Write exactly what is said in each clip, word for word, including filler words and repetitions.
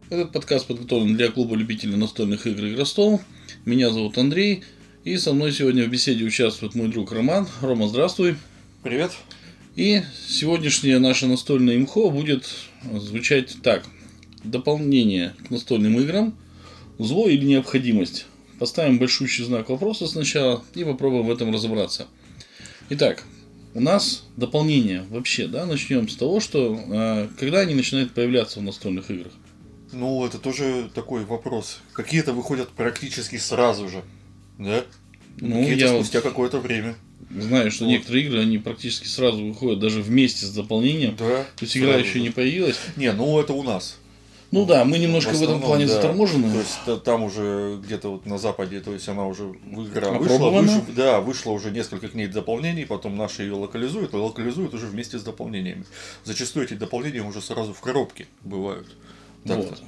Этот подкаст подготовлен для клуба любителей настольных игр «Игростол». Меня зовут Андрей, и со мной сегодня в беседе участвует мой друг Роман. Рома, здравствуй. Привет. И сегодняшнее наше настольное имхо будет звучать так. Дополнение к настольным играм. Зло или необходимость? Поставим большущий знак вопроса сначала и попробуем в этом разобраться. Итак, у нас дополнение вообще, да, начнем с того, что э, когда они начинают появляться в настольных играх. Ну, это тоже такой вопрос. Какие-то выходят практически сразу же, да? Ну, Какие-то я спустя вот какое-то время. Знаю, что Вот. некоторые игры, они практически сразу выходят даже вместе с дополнением. Да. То есть игра еще же. не появилась. Не, ну это у нас. Ну да, мы немножко в, В этом основном, плане да. заторможены. То есть та- там уже где-то вот на Западе, то есть она уже в игра вышла, Опробована? выш- да, вышло уже несколько к ней дополнений, потом наши ее локализуют, и локализуют уже вместе с дополнениями. Зачастую эти дополнения уже сразу в коробке бывают. Так-то. Вот.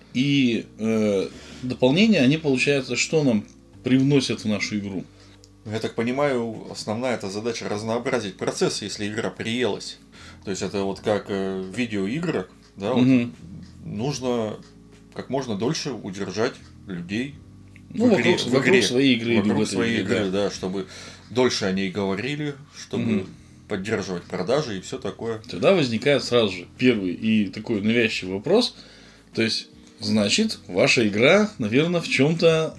И э, дополнения, они, получается, что нам привносят в нашу игру? Я так понимаю, основная эта задача разнообразить процесс, если игра приелась. То есть это вот как э, в видеоиграх, да, вот Мгм. нужно как можно дольше удержать людей Ну, в игре, вокруг, в вокруг игре, своей игры. или в вокруг этой своей игре, игры, да. да, чтобы дольше о ней говорили, чтобы Мгм. поддерживать продажи и все такое. Тогда возникает сразу же первый и такой навязчивый вопрос. То есть, значит, ваша игра, наверное, в чем-то,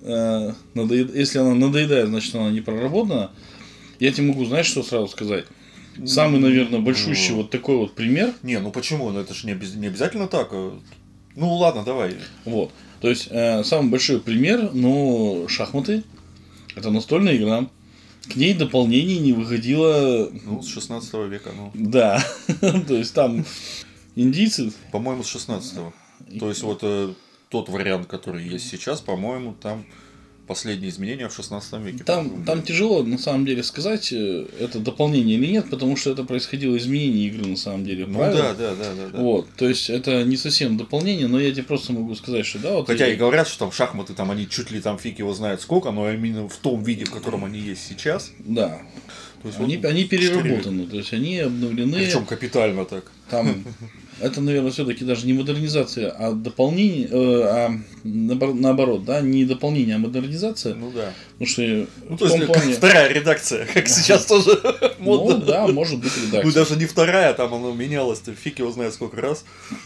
э, надоед... если она надоедает, значит, она не проработана. Я тебе могу, знаешь, что сразу сказать? Самый, наверное, большущий Ну. вот такой вот пример. Не, ну почему? Ну это же не, обяз- не обязательно так. а. Ну ладно, давай. Вот. То есть, э, самый большой пример, ну, шахматы. Это настольная игра. К ней дополнений не выходило. Ну, с шестнадцатого века, ну. Да. То есть, там индийцы. По-моему, с шестнадцатого. То есть, вот э, тот вариант, который есть сейчас, по-моему, там последние изменения в шестнадцатом веке. Там, по-моему, там были. тяжело, на самом деле, сказать, э, это дополнение или нет, потому что это происходило изменение игры, на самом деле. Ну правил. да, да, да, да, да. Вот. То есть, это не совсем дополнение, но я тебе просто могу сказать, что да, вот. Хотя я- и говорят, что там шахматы, там они чуть ли там фиг его знает сколько, но именно в том виде, в котором они есть сейчас. Да. То есть, Они, вот они четыре переработаны, то есть они обновлены. Причем капитально так. Там это, наверное, все-таки даже не модернизация, а дополнение, э, а наобор- наоборот, да, не дополнение, а модернизация. Ну да. Потому что Ну, в то том есть, плане. вторая редакция, как сейчас тоже Ну, модно. да, может быть редакция. Ну, даже не вторая, там оно менялось, фиг его знает сколько раз.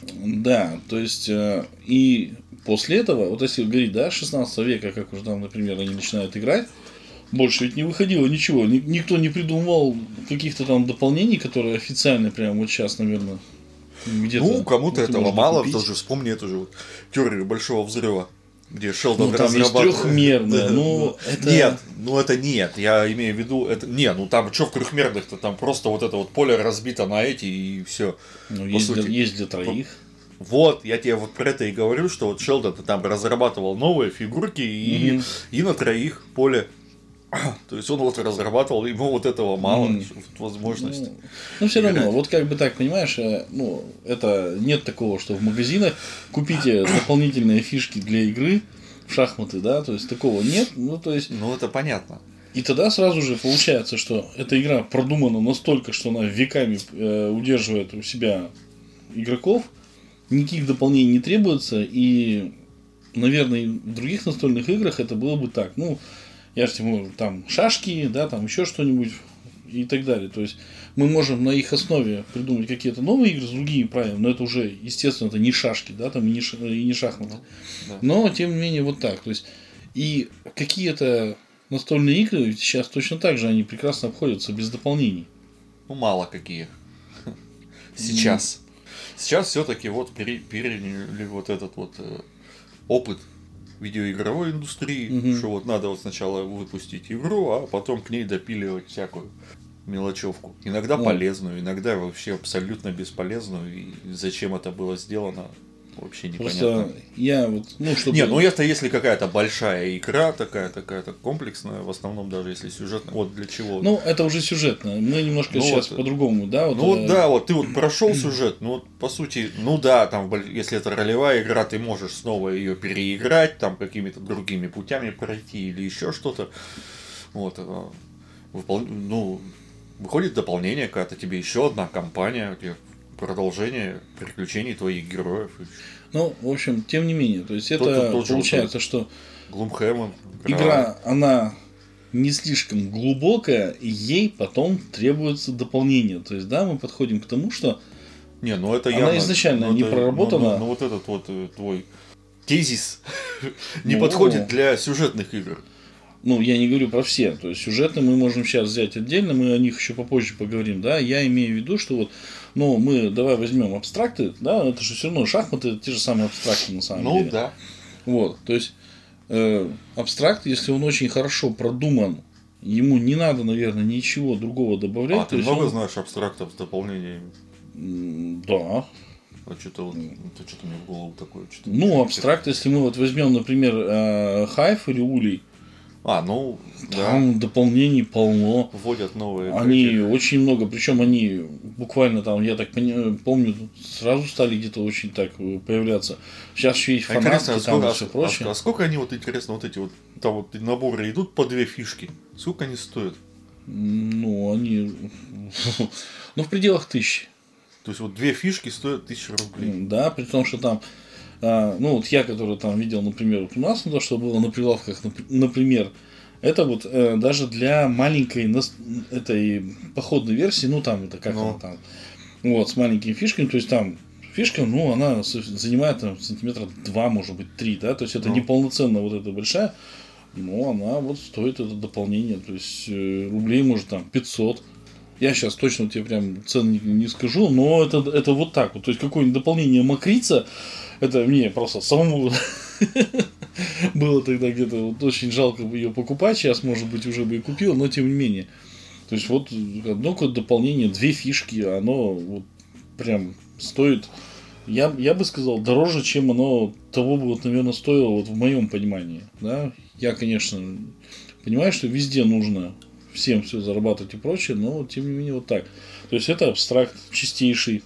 Да, то есть, э, и после этого, вот если говорить, да, шестнадцатого века, как уже там, например, они начинают играть, больше ведь не выходило ничего, ни- никто не придумывал каких-то там дополнений, которые официально прямо вот сейчас, наверное, где-то. Ну, кому-то это этого можно мало, купить. тоже вспомни эту же вот теорию Большого Взрыва, где Шелдон Ну, там есть разрабатывает... трехмерная, Да, ну, это- Нет, ну это нет, я имею в виду, это... Не, ну там что в трехмерных-то, там просто вот это вот поле разбито на эти и все. Ну, по есть, для, сути. есть для троих. Вот, я тебе вот про это и говорю, что вот Шелдон там разрабатывал новые фигурки и, Мгм. и на троих поле. То есть он вот разрабатывал, ему вот этого мало, Мгм. вот возможность. Ну, ну, все равно, играть. вот как бы так, понимаешь, э, ну, это нет такого, что в магазинах купите дополнительные фишки для игры в шахматы, да, то есть такого нет, ну, то есть, Ну это понятно. и тогда сразу же получается, что эта игра продумана настолько, что она веками э, удерживает у себя игроков, никаких дополнений не требуется, и, наверное, и в других настольных играх это было бы так, ну, я же тебе говорю, там шашки, да, там еще что-нибудь и так далее. То есть мы можем на их основе придумать какие-то новые игры с другими правилами, но это уже, естественно, это не шашки, да, там и не, ш- и не шахматы. Да. Но, тем не менее, вот так. То есть, и какие-то настольные игры сейчас точно так же они прекрасно обходятся без дополнений. Ну, мало какие. Сейчас. Сейчас все-таки вот пере- переняли вот этот вот э, опыт видеоигровой индустрии, Мгм. что вот надо вот сначала выпустить игру, а потом к ней допиливать всякую мелочевку. Иногда Ну. полезную, иногда вообще абсолютно бесполезную. И зачем это было сделано, вообще непонятно. Просто я вот, ну, чтобы... Не, ну это если какая-то большая игра, такая, такая-то комплексная, в основном даже если сюжетная. Вот для чего. Ну, это уже сюжетно. Мы немножко Ну, сейчас вот, по-другому, да? Вот, Ну вот э, да, вот ты вот прошел сюжет, ну вот по сути, ну да, там боль- если это ролевая игра, ты можешь снова ее переиграть, там какими-то другими путями пройти или еще что-то. Вот, а, выпол- ну, выходит дополнение, когда-то тебе еще одна кампания, где продолжение приключений твоих героев. Ну, в общем, тем не менее, то есть это тот, получается, что Gloomhaven, игра, она не слишком глубокая, и ей потом требуется дополнение. То есть, да, мы подходим к тому, что не, ну это она явно, изначально ну, не это, проработана. Ну, ну, ну вот этот вот твой тезис не подходит для сюжетных игр. Ну, я не говорю про все. То есть, сюжеты мы можем сейчас взять отдельно, мы о них еще попозже поговорим, да. Я имею в виду, что вот, ну, мы давай возьмем абстракты, да, это же все равно шахматы, это те же самые абстракты на самом ну, деле. Ну, да. Вот, то есть, э, абстракт, если он очень хорошо продуман, ему не надо, наверное, ничего другого добавлять. А то ты есть много он... знаешь абстрактов с дополнениями? Да. А что-то вот, это что-то мне в голову такое. Что-то ну, абстракт, если мы вот возьмем, например, Хайф или Улей, а, ну, там да. дополнений полно. Вводят новые. Они этих... очень много, причем они буквально там, я так понимаю, помню, сразу стали где-то очень так появляться. Сейчас еще есть фанатки, а там сколько, и все а, прочее. А, а сколько они вот интересно, вот эти вот там вот наборы идут по две фишки? Сколько они стоят? Ну, они. Ну, в пределах тысячи. То есть вот две фишки стоят тысячу рублей. Да, при том, что там. Ну, вот я, который там видел, например, вот у нас, ну, то, что было на прилавках, например, это вот э, даже для маленькой этой походной версии, ну там это как Но. она там, вот, с маленькими фишками, то есть там фишка, ну, она занимает там сантиметра два, может быть, три, да, то есть это Но. не полноценная вот эта большая, но она вот стоит это дополнение, то есть э, рублей, может, там пятьсот. Я сейчас точно тебе прям цены не, не скажу, но это, это вот так вот, то есть какое-нибудь дополнение Макрица, это мне просто самому было тогда где-то вот очень жалко ее покупать, сейчас, может быть, уже бы и купил, но тем не менее. То есть, вот одно какое-то дополнение, две фишки, оно вот прям стоит, я, я бы сказал, дороже, чем оно того бы, вот, наверное, стоило вот в моем понимании. Да? Я, конечно, понимаю, что везде нужно всем все зарабатывать и прочее, но тем не менее вот так. То есть, это абстракт чистейший.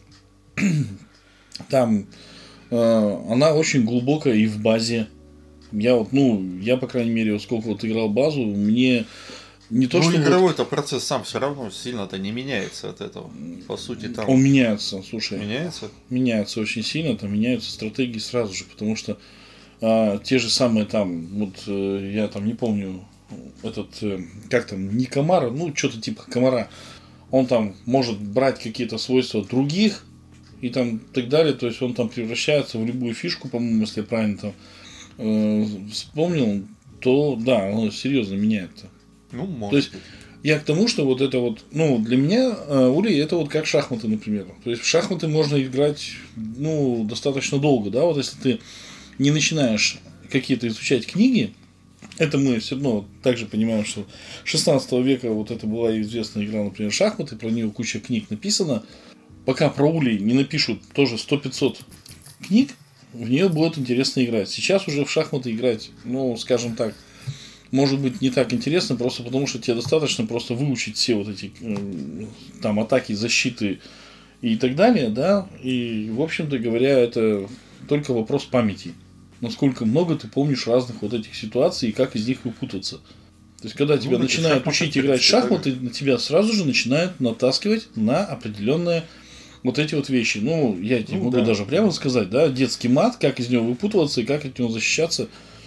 Там э, она очень глубокая и в базе. Я вот, ну, я, по крайней мере, вот сколько вот играл базу, мне не то, ну, что игровой-то вот... процесс сам все равно сильно-то не меняется от этого. По сути, там... Он меняется, слушай. Меняется? Меняется очень сильно, там меняются стратегии сразу же, потому что а, те же самые там, вот э, я там не помню, этот, э, как там, не комара, ну, что-то типа комара, он там может брать какие-то свойства других и там так далее, то есть он там превращается в любую фишку, по-моему, если я правильно там э, вспомнил, то да, оно серьезно меняется. Ну, может то есть быть. Я к тому, что вот это вот, ну, для меня э, Ули это вот как шахматы, например. То есть в шахматы можно играть, ну, достаточно долго, да, вот если ты не начинаешь какие-то изучать книги, это мы все равно также понимаем, что шестнадцатого века вот это была известная игра, например, шахматы, про нее куча книг написано. Пока про Ули не напишут тоже сто-пятьсот книг, в нее будет интересно играть. Сейчас уже в шахматы играть, ну, скажем так, может быть не так интересно, просто потому что тебе достаточно просто выучить все вот эти э, там атаки, защиты и так далее, да, и, в общем-то говоря, это только вопрос памяти. Насколько много ты помнишь разных вот этих ситуаций и как из них выпутаться. То есть, когда тебя ну, начинают учить играть в шахматы, на тебя сразу же начинают натаскивать на определенные вот эти вот вещи. Ну, я тебе ну, могу да. даже прямо сказать, да, детский мат, как из него выпутываться и как от него защищаться.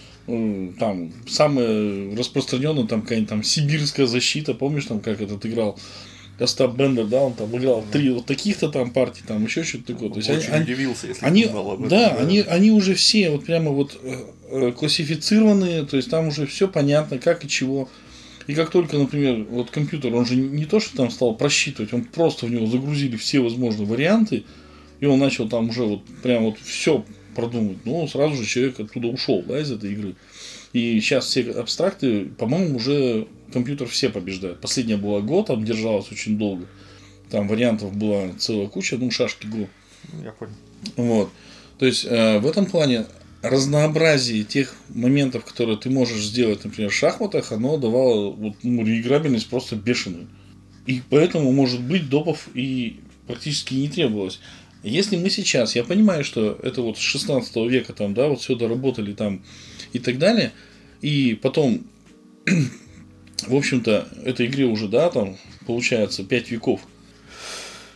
Там самая распространенная там какая-нибудь там сибирская защита, помнишь там как этот играл Остап Бендер, да, он там играл три вот таких-то там партий, там еще что-то такое. То есть очень они, удивился, если они, узнал об этом. Да, да. Они, они уже все вот прямо вот э, классифицированные, то есть там уже все понятно, как и чего. И как только, например, вот компьютер, он же не то, что там стал просчитывать, он просто в него загрузили все возможные варианты, и он начал там уже вот прям вот все продумать, ну, сразу же человек оттуда ушел, да, из этой игры. И сейчас все абстракты, по-моему, уже компьютер все побеждает. Последняя была Го, там держалась очень долго. Там вариантов была целая куча, ну, шашки Го. Я понял. Вот. То есть, э, в этом плане разнообразие тех моментов, которые ты можешь сделать, например, в шахматах, оно давало вот, ну, реиграбельность просто бешеную. И поэтому, может быть, допов и практически не требовалось. Если мы сейчас, я понимаю, что это вот с шестнадцатого века там, да, вот все доработали там и так далее, и потом, в общем-то, этой игре уже, да, там, получается, пять веков,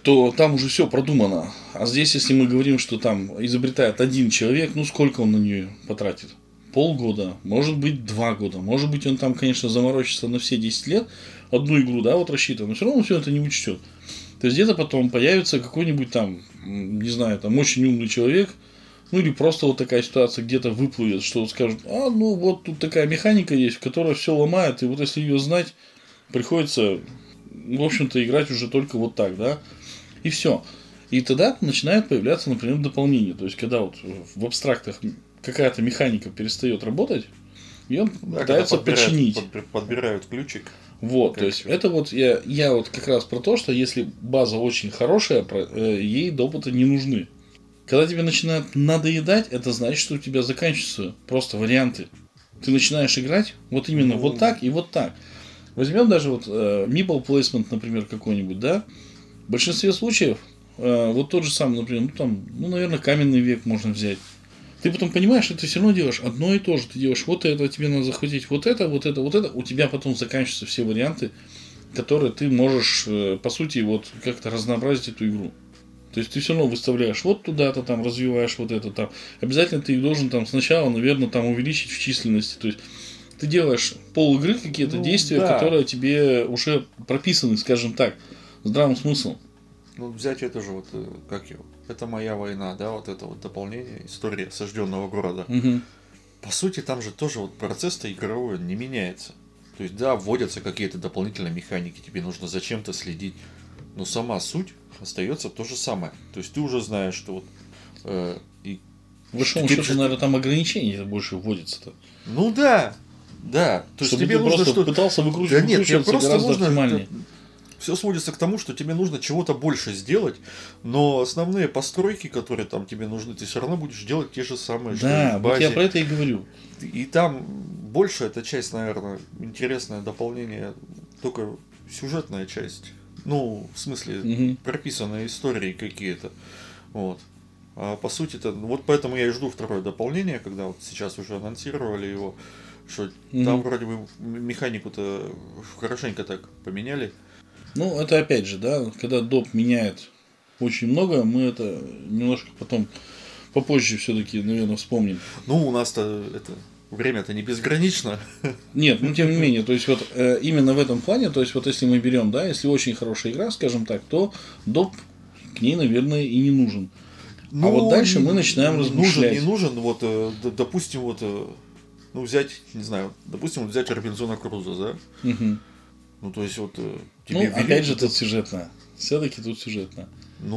то там уже все продумано. А здесь, если мы говорим, что там изобретает один человек, ну сколько он на нее потратит? Полгода, может быть, два года. Может быть, он там, конечно, заморочится на все десять лет, одну игру, да, вот рассчитывает, но все равно все это не учтет. То есть где-то потом появится какой-нибудь там, не знаю, там очень умный человек, ну или просто вот такая ситуация где-то выплывет, что вот скажут, а ну вот тут такая механика есть, которая все ломает, и вот если ее знать, приходится, в общем-то, играть уже только вот так, да, и все. И тогда начинает появляться, например, дополнение. То есть, когда вот в абстрактах какая-то механика перестает работать, ее да, пытаются починить. Под, подбирают ключик. Вот, то есть, это вот я, я вот как раз про то, что если база очень хорошая, ей допыты не нужны. Когда тебе начинает надоедать, это значит, что у тебя заканчиваются просто варианты. Ты начинаешь играть вот именно ну, вот так и вот так. Возьмем даже вот э, meeple placement, например, какой-нибудь, да. В большинстве случаев э, вот тот же самый, например, ну там, ну, наверное, каменный век можно взять. Ты потом понимаешь, что ты все равно делаешь одно и то же. Ты делаешь вот это, тебе надо захватить вот это, вот это, вот это. У тебя потом заканчиваются все варианты, которые ты можешь, э, по сути, вот как-то разнообразить эту игру. То есть ты все равно выставляешь вот туда-то, там развиваешь вот это там. Обязательно ты их должен там сначала, наверное, там увеличить в численности. То есть ты делаешь пол игры какие-то ну, действия, да. которые тебе уже прописаны, скажем так, здравым смыслом. Ну, взять это же вот, как его, это моя война, да, вот это вот дополнение, история осажденного города. Угу. По сути, там же тоже вот процесс-то игровой не меняется. То есть, да, вводятся какие-то дополнительные механики, тебе нужно зачем-то следить, но сама суть остается то же самое. То есть, ты уже знаешь, что вот... Э, и в большому счету, что... наверное, там ограничения больше вводятся-то. Ну да, да. То Чтобы есть, тебе ты нужно просто что... пытался выкручивать, да нет, тебе просто гораздо нужно... оптимальнее. Все сводится к тому, что тебе нужно чего-то больше сделать, но основные постройки, которые там тебе нужны, ты все равно будешь делать те же самые, что да, и в базе. Вот я про это и говорю. И там больше эта часть, наверное, интересное дополнение, только сюжетная часть. Ну, в смысле, угу. прописанные истории какие-то. Вот. А по сути-то, вот поэтому я и жду второе дополнение, когда вот сейчас уже анонсировали его, что угу. там вроде бы механику-то хорошенько так поменяли. Ну, это опять же, да, когда доп меняет очень много, мы это немножко потом попозже все-таки, наверное, вспомним. Ну, у нас-то это время-то не безгранично. Нет, ну тем не менее, то есть вот э, именно в этом плане, то есть вот если мы берем, да, если очень хорошая игра, скажем так, то доп к ней, наверное, и не нужен. Ну, а вот дальше мы начинаем размышлять. Нужен, не нужен, вот, э, допустим, вот, э, ну, взять, не знаю, допустим, вот взять Робинзона Крузо, да? Угу. Ну, то есть, вот... Тебе ну, опять же, тут сюжетно. Все-таки тут сюжетно.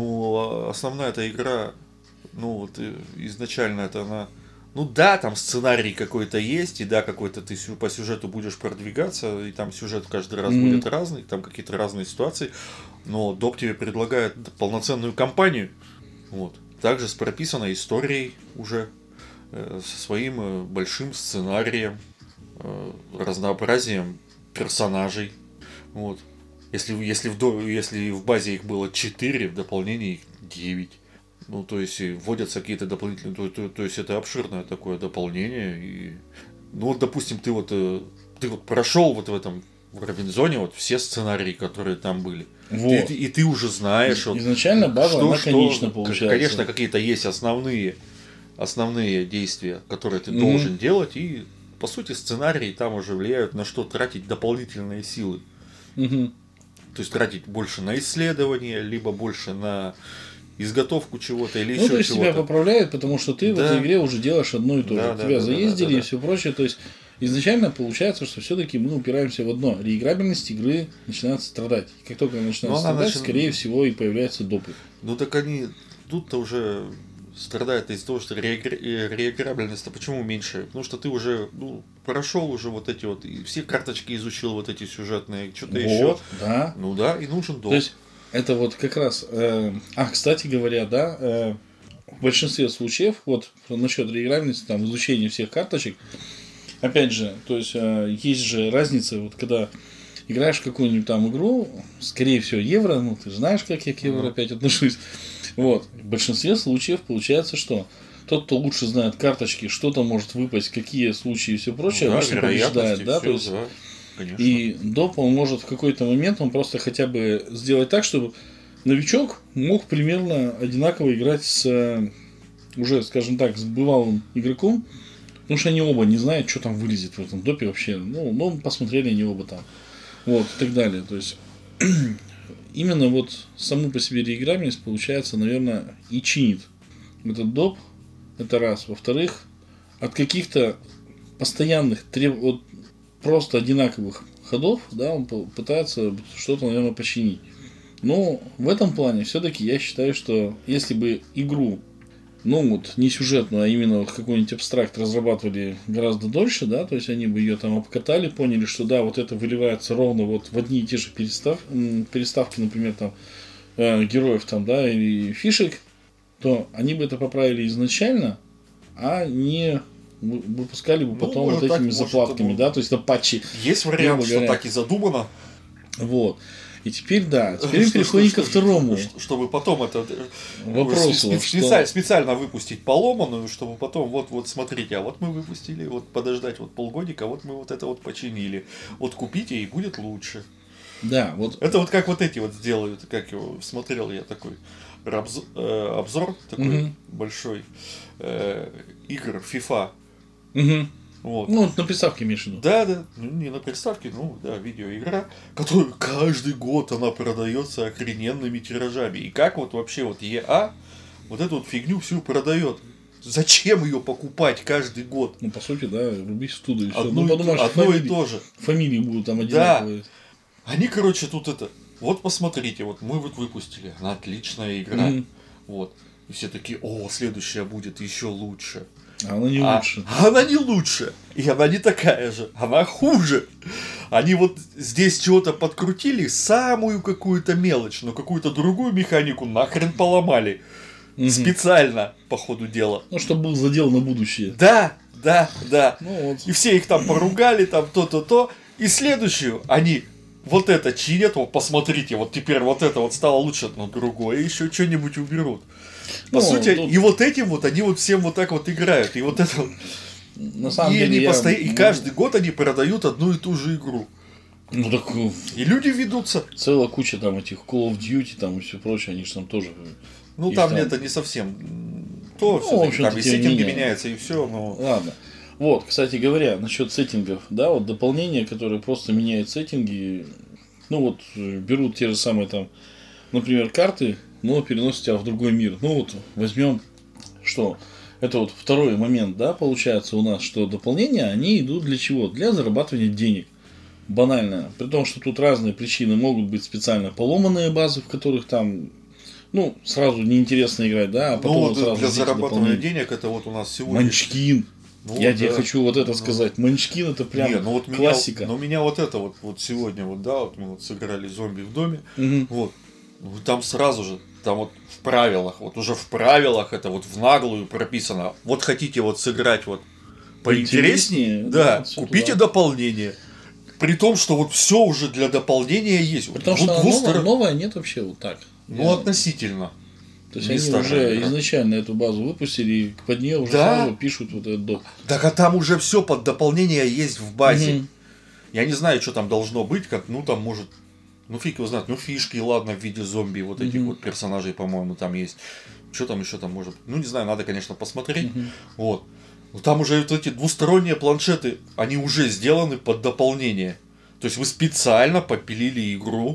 Ну, основная эта игра, ну, вот изначально это она... Ну, да, там сценарий какой-то есть, и да, какой-то ты по сюжету будешь продвигаться, и там сюжет каждый раз mm-hmm. будет разный, там какие-то разные ситуации, но доп тебе предлагает полноценную кампанию, вот. Также с прописанной историей уже, э, со своим э, большим сценарием, э, разнообразием персонажей, вот. Если, если, в, если в базе их было четыре, в дополнении их девять. Ну, то есть, вводятся какие-то дополнительные... То, то, то есть, это обширное такое дополнение. И, ну, вот, допустим, ты вот, ты вот прошел вот в этом в Робинзоне вот все сценарии, которые там были. Вот. Ты, и, и ты уже знаешь... Вот, изначально база, что, она конечна, что, получается. Конечно, какие-то есть основные, основные действия, которые ты mm-hmm. должен делать. И, по сути, сценарии там уже влияют на что тратить дополнительные силы. Mm-hmm. То есть тратить больше на исследование, либо больше на изготовку чего-то или ну, еще то есть чего-то. Тебя поправляют, потому что ты да. в этой игре уже делаешь одно и то да, же. Да, тебя да, заездили да, да, да. и все прочее. То есть изначально получается, что все-таки мы упираемся в одно. Реиграбельность игры начинает страдать. И как только она начинает Но страдать, начи... скорее всего и появляются допы. Ну так они тут-то уже страдают из-за того, что реигр... реиграбельность-то почему меньше? Потому что ты уже ну, прошел уже вот эти вот, и все карточки изучил, вот эти сюжетные, что-то вот, еще. Да. Ну да, и нужен доп. То есть это вот как раз... Э... А, кстати говоря, да, э... в большинстве случаев, вот насчет реиграбельности, там, изучения всех карточек, опять же, то есть э... есть же разница, вот когда играешь в какую-нибудь там игру, скорее всего, евро, ну ты знаешь, как я к евро mm-hmm. опять отношусь. Вот. В большинстве случаев получается, что тот, кто лучше знает карточки, что-то может выпасть, какие случаи и все прочее, ну, да, обычно побеждает, да, все, то есть, да, конечно. И доп, он может в какой-то момент, он просто хотя бы сделать так, чтобы новичок мог примерно одинаково играть с уже, скажем так, с бывалым игроком, потому что они оба не знают, что там вылезет в этом допе вообще. Ну, ну посмотрели они оба там. Вот, и так далее. То есть, именно вот саму по себе реиграбельность, получается, наверное, и чинит этот доп. Это раз. Во-вторых, от каких-то постоянных, треб... вот, просто одинаковых ходов, да, он пытается что-то, наверное, починить. Но в этом плане все-таки я считаю, что если бы игру, ну вот не сюжетную, а именно вот какой-нибудь абстракт разрабатывали гораздо дольше, да, то есть они бы ее там обкатали, поняли, что да, вот это выливается ровно вот в одни и те же перестав... переставки, например, там э, героев там, да, или фишек, то они бы это поправили изначально, а не выпускали бы потом ну, вот этими так, заплатками, может, да, то есть на патчи. Есть вариант, что так и задумано. Вот. И теперь, да, теперь мы переходим ко второму. Чтобы потом это вопросу, специально, что... специально выпустить поломанную, чтобы потом, вот, вот смотрите, а вот мы выпустили, вот подождать вот полгодика, вот мы вот это вот починили. Вот купите, и будет лучше. Да, вот. Это вот как вот эти вот сделают, как его смотрел я такой обзор, э, обзор такой угу. большой э, игр FIFA. Угу. Вот. Ну, на приставке имеешь в виду. Да, да. Ну, не на приставке, ну, да, видеоигра, которая каждый год она продается охрененными тиражами. И как вот вообще вот и а вот эту вот фигню всю продает? Зачем ее покупать каждый год? Ну, по сути, да, рубись в студу и все. Одно, ну, подумаешь, одно фамилии, и то же. Фамилии будут там одинаковые. Да. Они, короче, тут это... Вот посмотрите, вот мы вот выпустили. Она отличная игра. Mm-hmm. Вот. И все такие, о, следующая будет еще лучше. А она не а, лучше. А она не лучше. И она не такая же. Она хуже. Они вот здесь чего-то подкрутили, самую какую-то мелочь, но какую-то другую механику нахрен поломали. Угу. Специально, по ходу дела. Ну, чтобы был задел на будущее. Да, да, да. Ну, вот. И все их там поругали, там то-то-то. И следующую они... Вот это чинят, вот посмотрите, вот теперь вот это вот стало лучше, но другое еще что-нибудь уберут. По ну, сути, тут... и вот этим вот они вот всем вот так вот играют. И вот это вот. На самом и деле. Они Я... постоя... И каждый год они продают одну и ту же игру. Ну так. И люди ведутся. Целая куча там этих Call of Duty там и все прочее, они же там тоже. Ну там, там это не совсем то, ну, в общем, там и сеттинги меняются, и все. Но... Ладно. Вот, кстати говоря, насчет сеттингов, да, вот дополнения, которые просто меняют сеттинги, ну вот, берут те же самые там, например, карты, но переносят тебя в другой мир. Ну вот, возьмем, что, это вот второй момент, да, получается у нас, что дополнения, они идут для чего? Для зарабатывания денег. Банально. При том, что тут разные причины, могут быть специально поломанные базы, в которых там, ну, сразу неинтересно играть, да, а потом ну, вот вот сразу для зарабатывания денег, это вот у нас сегодня... Манчкин. Ну, я да. тебе хочу вот это ну, сказать. Манчкин это прям не, ну вот классика. Меня, ну меня вот это вот, вот сегодня вот, да, вот мы вот сыграли зомби в доме. Угу. Вот. Ну, там сразу же, там вот в правилах, вот уже в правилах это вот в наглую прописано. Вот хотите вот сыграть вот поинтереснее, да, да купите туда. Дополнение. При том, что вот все уже для дополнения есть. При том, вот, что вот новое, сторон... новое нет вообще вот так. Ну, я... относительно. То есть они уже игра. Изначально эту базу выпустили, и под нее уже да? сразу пишут вот этот доп. Так а там уже все под дополнение есть в базе. Угу. Я не знаю, что там должно быть, как, ну там может, ну фиг его знает, ну фишки, ладно, в виде зомби, вот этих угу. вот персонажей, по-моему, там есть. Что там еще там может быть? Ну не знаю, надо, конечно, посмотреть. Угу. Вот. Но там уже вот эти двусторонние планшеты, они уже сделаны под дополнение. То есть вы специально попилили игру.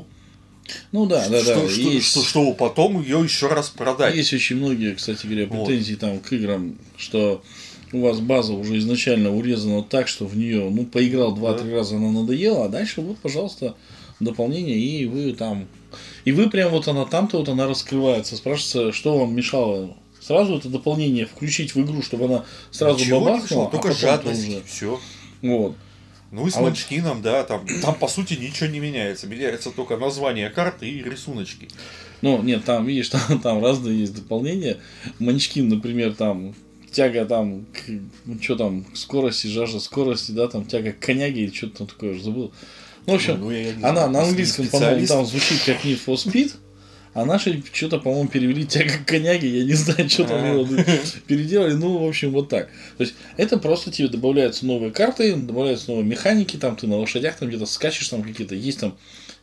Ну да, да, что, да. Что, есть... что, чтобы потом ее еще раз продать. Есть очень многие, кстати говоря, претензии вот. Там к играм, что у вас база уже изначально урезана так, что в нее, ну, поиграл два-три да. раза, она надоела, а дальше вот, пожалуйста, дополнение, и вы там. И вы прям вот она там-то вот она раскрывается. Спрашивается, что вам мешало сразу это дополнение включить в игру, чтобы она сразу бабахнула, только а жадность, уже... все. Вот. Ну и с а Манчкином, вот... да, там, там по сути ничего не меняется. Меняется только название карты и рисуночки. Ну, нет, там, видишь, там, там разные есть дополнения. Манчкин, например, там тяга там, к, ну, что там, скорости, жажда скорости, да, там тяга к коняге или что-то там такое, уже забыл. Ну, в общем, ну, я, я она знаю, на английском, по-моему, там звучит как Need for Speed. А наши что-то, по-моему, перевели тяга к коняге, я не знаю, что там его переделали, ну, в общем, вот так. То есть, это просто тебе добавляются новые карты, добавляются новые механики, там ты на лошадях там где-то скачешь, там какие-то, есть там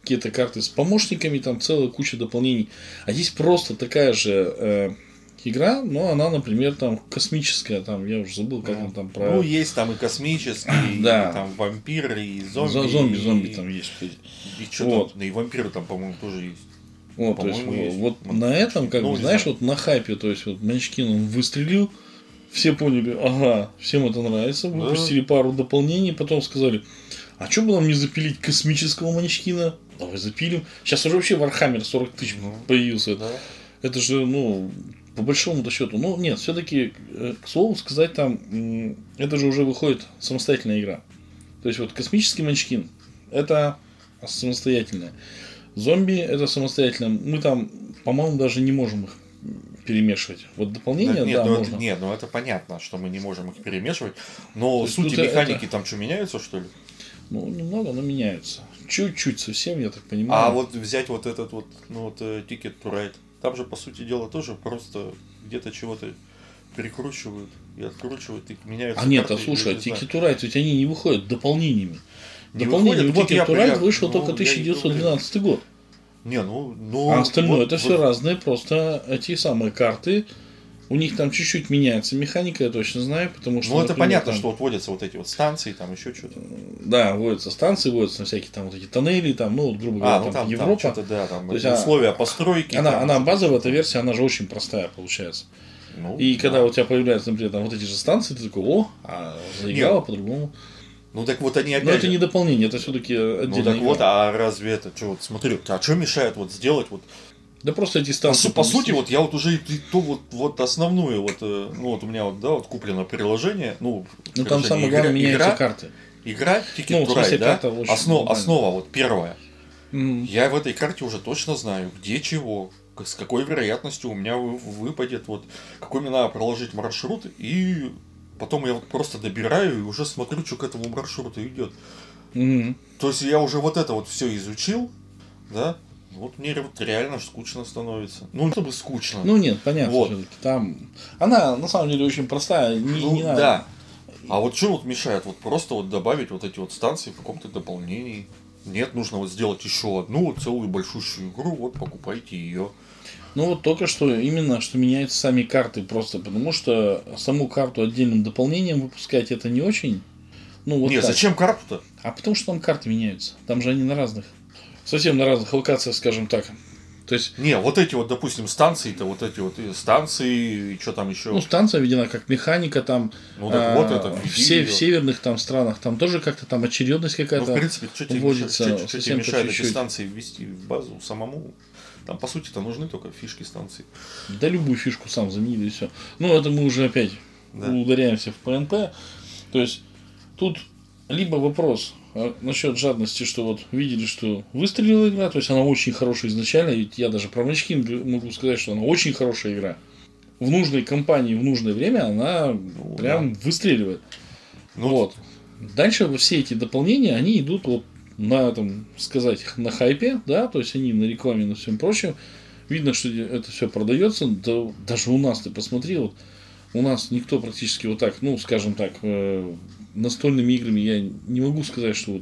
какие-то карты с помощниками, там целая куча дополнений. А есть просто такая же э, игра, но она, например, там космическая, там, я уже забыл, как ну, она там про... Ну, есть там и космические, да. и там вампиры, и зомби. Зомби, и... зомби там есть. И что вот. там, и вампиры там, по-моему, тоже есть. Вот, то есть, есть. вот Мон... на этом, как ну, бы, знаешь, знаю. Вот на хайпе, то есть, вот Манчкин он выстрелил, все поняли, ага, всем это нравится, выпустили да. пару дополнений, потом сказали, а что бы нам не запилить космического Манчкина? Давай запилим. Сейчас уже вообще Warhammer сорок тысяч ну, появился. Да. Это же, ну, по большому счету. Ну, нет, все-таки, к слову сказать, там, это же уже выходит самостоятельная игра. То есть, вот космический Манчкин, это самостоятельная. Зомби это самостоятельно. Мы там, по-моему, даже не можем их перемешивать. Вот дополнение, да, нет, да, ну можно. Это, нет, ну это понятно, что мы не можем их перемешивать. Но сути механики это... там что, меняются, что ли? Ну, немного, но меняются. Чуть-чуть совсем, я так понимаю. А вот взять вот этот вот, ну вот, Ticket to Ride, там же, по сути дела, тоже просто где-то чего-то перекручивают и откручивают, и меняются. А нет, а слушай, Ticket to Ride, ведь они не выходят дополнениями. Не Дополнение выходит, у Ticket to Ride вышел ну, только тысяча девятьсот двенадцатый год. Не, ну, ну, а остальное вот, это вот. все разные, просто эти самые карты. У них там чуть-чуть меняется механика, я точно знаю, потому что. Ну, это например, понятно, там... что вот вводятся вот эти вот станции, там еще что-то. Да, вводятся станции, вводятся на всякие там вот эти тоннели, там, ну, вот, грубо говоря, а, ну, там, там Европа. Там да, там то есть, условия постройки. Она, там, она базовая, эта версия, она же очень простая получается. Ну, и да. когда у тебя появляются, например, там вот эти же станции, ты такой, о, а заиграла по-другому. Ну так вот они опять. Но это не дополнение, это все-таки отдельная. Ну так игра. вот, а разве это что, вот смотри, а что мешает вот сделать вот. Да просто эти станции. По, по сути, вот я вот уже и ту вот, вот основную, вот, ну вот у меня вот, да, вот куплено приложение. Ну, ну там самое главное игра, меняются игра, карты. Игра Ticket ну, to Ride, да? Основ, основа вот первая. Mm. Я в этой карте уже точно знаю, где чего, с какой вероятностью у меня выпадет, вот какой мне надо проложить маршрут, и потом я вот просто добираю и уже смотрю, что к этому маршруту идет. Mm-hmm. То есть я уже вот это вот все изучил, да? Вот мне вот реально скучно становится. Ну, чтобы скучно. Ну нет, понятно. Вот. Там она на самом деле очень простая. Не, ну, не надо. Да. А вот что вот мешает? Вот просто вот добавить вот эти вот станции в каком-то дополнении. Нет, нужно вот сделать еще одну вот целую большущую игру. Вот покупайте ее. Ну вот только что именно, что меняются сами карты просто, потому что саму карту отдельным дополнением выпускать это не очень. Ну вот. Нет, так. зачем карту-то? А потому что там карты меняются. Там же они на разных. Совсем на разных локациях, скажем так. То есть... Не, вот эти вот, допустим, станции-то, вот эти вот станции, и что там еще? Ну, станция введена как механика, там ну, так а, вот это, в, в северных там странах, там тоже как-то там очередность какая-то. Ну, в принципе, что тебе вводится, что, что тебе мешает эти станции ввести в базу самому? Там, по сути-то, нужны только фишки станции. Да любую фишку сам замени, и все. Ну, это мы уже опять да. ударяемся в ПНП. То есть, тут либо вопрос насчет жадности, что вот видели, что выстрелила игра, то есть она очень хорошая изначально, ведь я даже про Манчкин могу сказать, что она очень хорошая игра. В нужной компании, в нужное время она ну, прям да. выстреливает. Ну, вот. Дальше все эти дополнения, они идут вот на, там, сказать, на хайпе, да, то есть они на рекламе, на всем прочем. Видно, что это все продается. Да, даже у нас, ты посмотри, вот у нас никто практически вот так, ну, скажем так, э, настольными играми я не могу сказать, что вот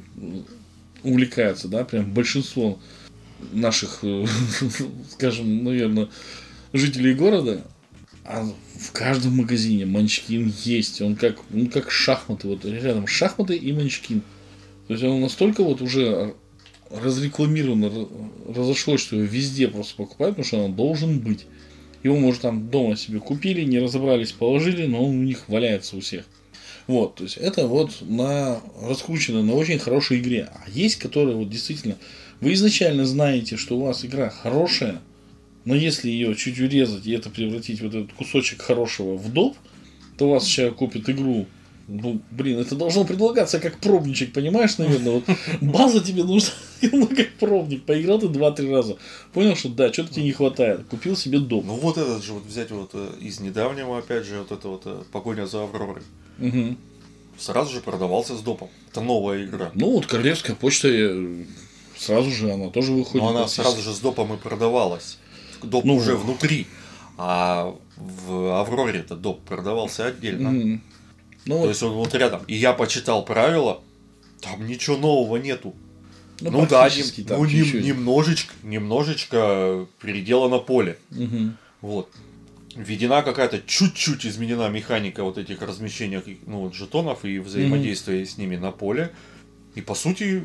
увлекается, да, прям большинство наших, э, скажем, наверное, жителей города. А в каждом магазине Манчкин есть. Он как, он как шахматы. Вот рядом шахматы и Манчкин. То есть он настолько вот уже разрекламировано, разошлось, что его везде просто покупают, потому что он должен быть. Его, может, там дома себе купили, не разобрались, положили, но он у них валяется у всех. Вот, то есть это вот на раскручено на очень хорошей игре. А есть, которые вот действительно, вы изначально знаете, что у вас игра хорошая, но если ее чуть урезать и это превратить вот этот кусочек хорошего в доп, то у вас человек купит игру. Ну, блин, это должно предлагаться как пробничек, понимаешь, наверное? Вот база тебе нужна как пробник. Поиграл ты два-три раза. Понял, что да, что-то тебе не хватает. Купил себе доп. Ну вот этот же, вот взять вот из недавнего, опять же, вот это вот погоня за Авророй. Угу. Сразу же продавался с допом. Это новая игра. Ну вот Королевская почта сразу же, она тоже выходит. Но она сразу же с допом и продавалась. Доп ну, уже внутри. А в Авроре это доп продавался отдельно. Угу. Ну, То вот. есть он вот рядом. И я почитал правила, там ничего нового нету. Ну, ну да, нем, там, ну, нем, немножечко, немножечко переделано поле. Угу. Вот. Введена какая-то чуть-чуть изменена механика вот этих размещения, ну, вот, жетонов и взаимодействия mm-hmm. с ними на поле. И по сути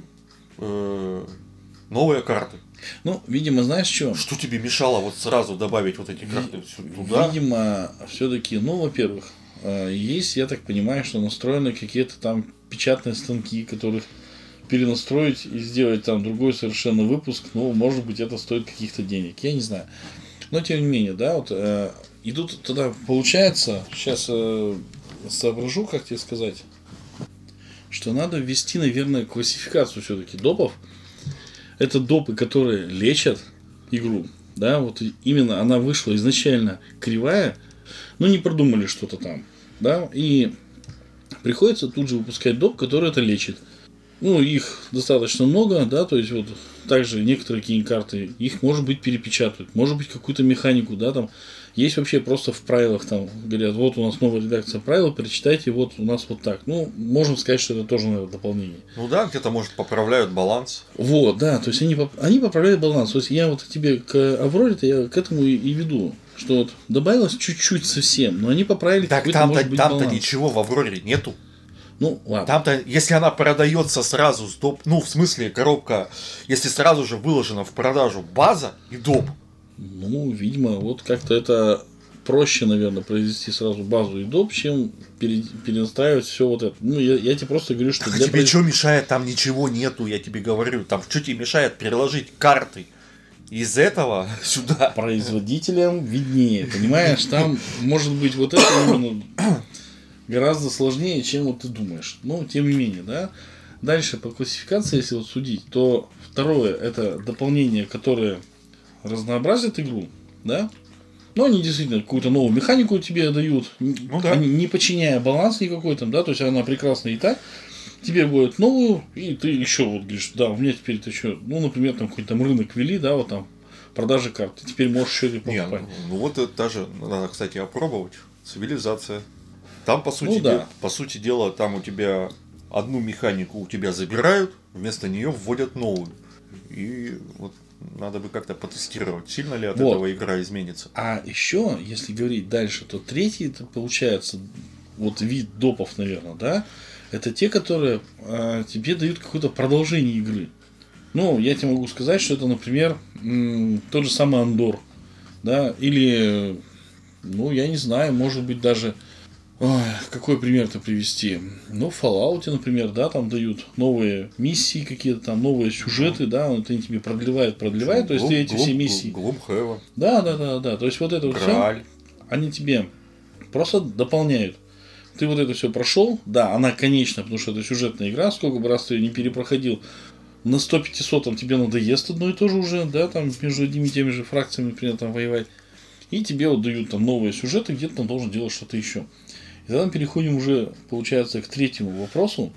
э, новые карты. Ну, видимо, знаешь что? Что тебе мешало вот сразу добавить вот эти карты Ви- туда? Видимо, все-таки, ну, во-первых, есть, я так понимаю, что настроены какие-то там печатные станки, которых перенастроить и сделать там другой совершенно выпуск. Ну, может быть, это стоит каких-то денег. Я не знаю. Но тем не менее, да, вот э, идут тогда, получается, сейчас э, соображу, как тебе сказать, что надо ввести, наверное, классификацию все-таки допов. Это допы, которые лечат игру, да, вот именно она вышла изначально кривая, но не продумали что-то там, да, и приходится тут же выпускать доп, который это лечит. Ну, их достаточно много, да, то есть вот также некоторые какие-нибудь карты, их, может быть, перепечатают, может быть, какую-то механику, да, там, есть вообще просто в правилах, там, говорят, вот у нас новая редакция правил, перечитайте, вот у нас вот так. Ну, можем сказать, что это тоже, наверное, дополнение. Ну да, где-то, может, поправляют баланс. Вот, да, то есть они, они поправляют баланс. То есть я вот тебе к Авроре-то я к этому и, и веду, что вот добавилось чуть-чуть совсем, но они поправили так какой-то, там-то, может быть, там-то баланс. Ничего в Авроре нету. Ну, ладно. Там-то, если она продается сразу с доп, ну, в смысле, коробка, если сразу же выложена в продажу база и доп. Ну, видимо, вот как-то это проще, наверное, произвести сразу базу и доп, чем пере, перенастраивать все вот это. Ну, я, я тебе просто говорю, что... Так, для тебе произ... что мешает? Там ничего нету, я тебе говорю. Там что тебе мешает переложить карты из этого сюда? Производителям виднее, понимаешь? Там, может быть, вот это именно... гораздо сложнее, чем вот ты думаешь. Но, тем не менее, да. Дальше по классификации, если вот судить, то второе, это дополнение, которое разнообразит игру, да. Но они действительно какую-то новую механику тебе дают, ну, да. Они, не подчиняя баланс никакой там, да, то есть она прекрасна и так. Тебе будет новую, и ты еще вот говоришь, да, у меня теперь это еще, ну, например, там какой-то там рынок ввели, да, вот там продажи карт, ты теперь можешь еще и покупать. Не, ну, ну вот это даже надо, кстати, опробовать. Цивилизация. Там, по сути, ну, да. де... по сути дела, там у тебя одну механику у тебя забирают, вместо нее вводят новую. И вот надо бы как-то потестировать, сильно ли от вот. этого игра изменится. А еще, если говорить дальше, то третий, это получается, вот вид допов, наверное, да, это те, которые э, тебе дают какое-то продолжение игры. Ну, я тебе могу сказать, что это, например, м- тот же самый Андор, да, или, ну, я не знаю, может быть, даже... Ой, какой пример-то привести? Ну, в Fallout, например, да, там дают новые миссии какие-то, там новые сюжеты, да, он это тебе продлевает, продлевает, то есть ты эти все миссии. Gloomhaven. Да, да, да, да. То есть вот это вот все, они тебе просто дополняют. Ты вот это все прошел, да, она конечна, потому что это сюжетная игра, сколько бы раз ты ее не перепроходил, на сто пятьсот там тебе надоест одно и то же уже, да, там между одними и теми же фракциями, например, там воевать. И тебе вот дают там новые сюжеты, где ты там должен делать что-то еще. И тогда мы переходим уже, получается, к третьему вопросу.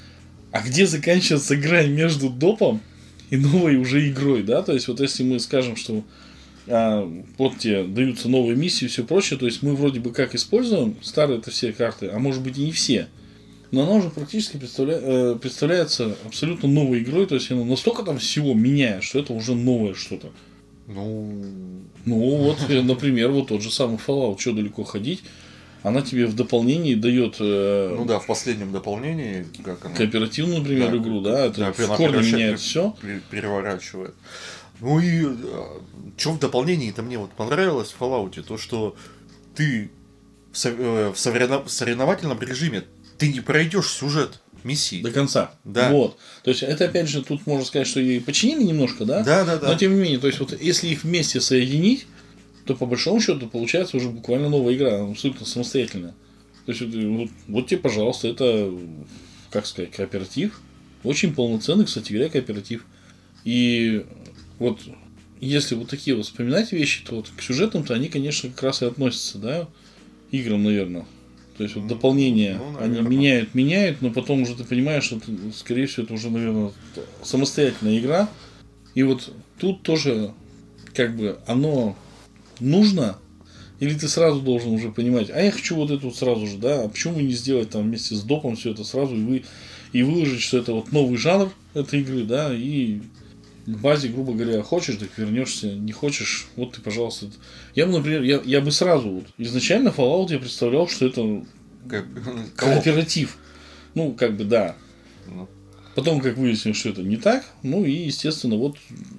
А где заканчивается игра между допом и новой уже игрой, да? То есть, вот если мы скажем, что а, вот тебе даются новые миссии и все прочее, то есть мы вроде бы как используем старые-то все карты, а может быть и не все. Но она уже практически представля... э, представляется абсолютно новой игрой, то есть она настолько там всего меняет, что это уже новое что-то. Ну, ну вот, например, вот тот же самый Fallout, что далеко ходить. Она тебе в дополнении дает... Э, ну да, в последнем дополнении... Как она... Кооперативную, например, да, игру, да, это да, в корне меняет все. Переворачивает. Ну и что в дополнении-то мне вот понравилось в Fallout, то что ты в, со... в соревновательном режиме ты не пройдешь сюжет миссии. До конца. Да. Вот. То есть это опять же тут можно сказать, что и починили немножко, да? Да, да, да. Но тем не менее, то есть вот если их вместе соединить, то по большому счету получается уже буквально новая игра, абсолютно самостоятельная. То есть вот, вот тебе, пожалуйста, это, как сказать, кооператив. Очень полноценный, кстати говоря, кооператив. И вот если вот такие вот вспоминать вещи, то вот к сюжетам-то они, конечно, как раз и относятся, да, играм, наверное. То есть вот дополнения, ну, они меняют, меняют, но потом уже ты понимаешь, что это, скорее всего, это уже, наверное, самостоятельная игра. И вот тут тоже, как бы, оно нужно Или ты сразу должен уже понимать, а я хочу вот эту вот сразу же, да, а почему бы не сделать там вместе с допом все это сразу и, вы, и выложить, что это вот новый жанр этой игры, да, и в базе, грубо говоря, хочешь, так вернешься, не хочешь, вот ты, пожалуйста. Я бы, например, я, я бы сразу, вот, изначально Fallout я представлял, что это Как... кооператив. Ну, как бы, да. Ну. Потом, как выяснилось, что это не так, ну и, естественно, вот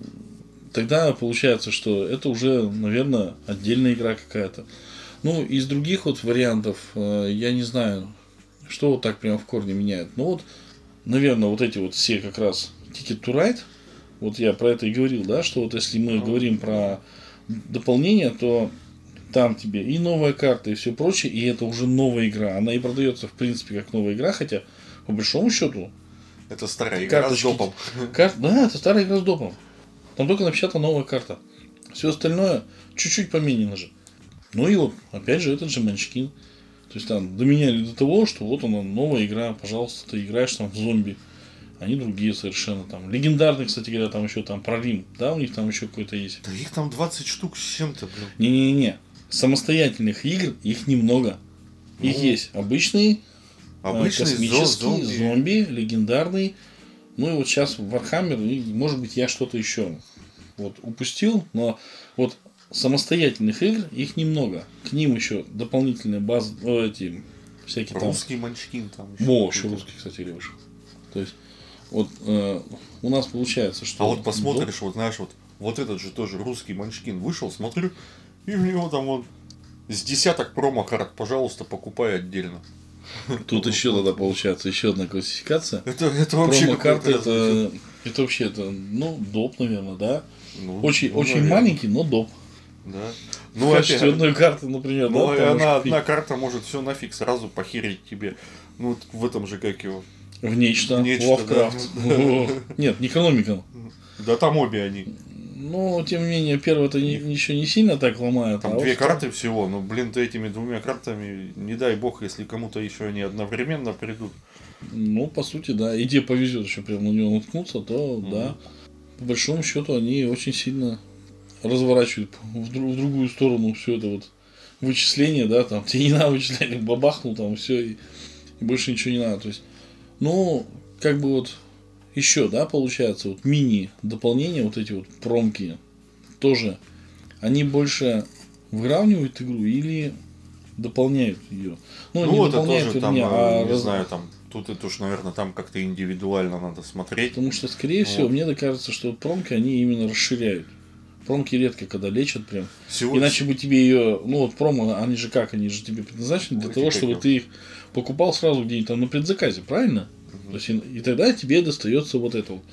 тогда получается, что это уже, наверное, отдельная игра какая-то. Ну, из других вот вариантов, э, я не знаю, что вот так прям в корне меняет. Ну вот, наверное, вот эти вот все как раз Ticket to Ride, вот я про это и говорил, да, что вот если мы говорим про дополнение, то там тебе и новая карта, и все прочее, и это уже новая игра. Она и продается, в принципе, как новая игра, хотя, по большому счету, это старая игра карточки... с допом. Кар... Да, это старая игра с допом. Там только напечатана новая карта. Все остальное чуть-чуть поменено же. Ну и вот, опять же, этот же Munchkin. То есть там доменяли до того, что вот она, новая игра, пожалуйста, ты играешь там в зомби. Они другие совершенно там. Легендарные, кстати говоря, там еще там про Рим. Да, у них там еще какой-то есть. Да их там двадцать штук с чем-то, блин. Не-не-не. Самостоятельных игр их немного. Их ну, есть обычные, обычные космические, зомби. зомби, легендарные. Ну и вот сейчас Warhammer, и может быть я что-то еще вот упустил, но вот самостоятельных игр их немного. К ним еще дополнительные базы, ну, эти всякие там. Русский Munchkin там еще. Во, еще русский, кстати, вышел. То есть вот э, у нас получается, что. А вот посмотришь, вот знаешь, вот вот этот же тоже русский Munchkin вышел, смотрю, и у него там вот с десяток промо-карт, пожалуйста, покупай отдельно. Тут еще тогда получается еще одна классификация. Это, это вообще промо-карты это, это вообще это, ну, доп, наверное, да? Ну, очень ну, очень наверное. маленький, но доп. Да. Ну, в качестве одной карты, например, ну, да? И она, одна карта может все нафиг сразу похерить тебе. Ну, в этом же как его. В нечто. В нечто, Lovecraft. Да. Нет, Necronomicon. Да там обе они. Ну, тем не менее, первое-то не, еще не сильно так ломает. Там а две вот карты что... всего, но, блин, ты этими двумя картами, не дай бог, если кому-то еще они одновременно придут. Ну, по сути, да. И тебе повезет еще прям на него наткнуться, то mm-hmm. да. По большому счету они очень сильно разворачивают в, друг, в другую сторону все это вот вычисление, да, там тебе не надо вычислять, бабахнул там все, и, и больше ничего не надо. То есть, ну, как бы вот еще, да, получается, вот мини-дополнения, вот эти вот промки, тоже, они больше выравнивают игру или дополняют ее? Ну, ну не это дополняют, тоже вернее, там, а не раз... знаю, там, тут это уж, наверное, там как-то индивидуально надо смотреть. Потому что, скорее всего, вот. Мне кажется, что вот промки, они именно расширяют. Промки редко когда лечат прям. Всего Иначе бы тебе ее, ну вот промо, они же как, они же тебе предназначены для Ой, того, чтобы ты их покупал сразу где-нибудь там на предзаказе, правильно? Угу. То есть, и тогда тебе достается вот это вот.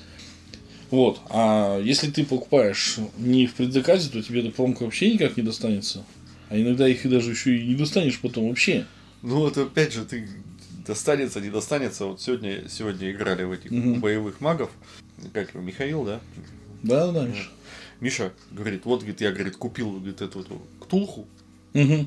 Вот. А если ты покупаешь не в предзаказе, то тебе эта промка вообще никак не достанется. А иногда их и даже еще и не достанешь потом вообще. Ну вот опять же, ты достанется, не достанется. Вот сегодня, сегодня играли в этих угу. боевых магов. Как его, Михаил, да? Да, да, Миша. Миша говорит, вот, говорит, я, говорит, купил, говорит, эту, эту ктулху. Угу.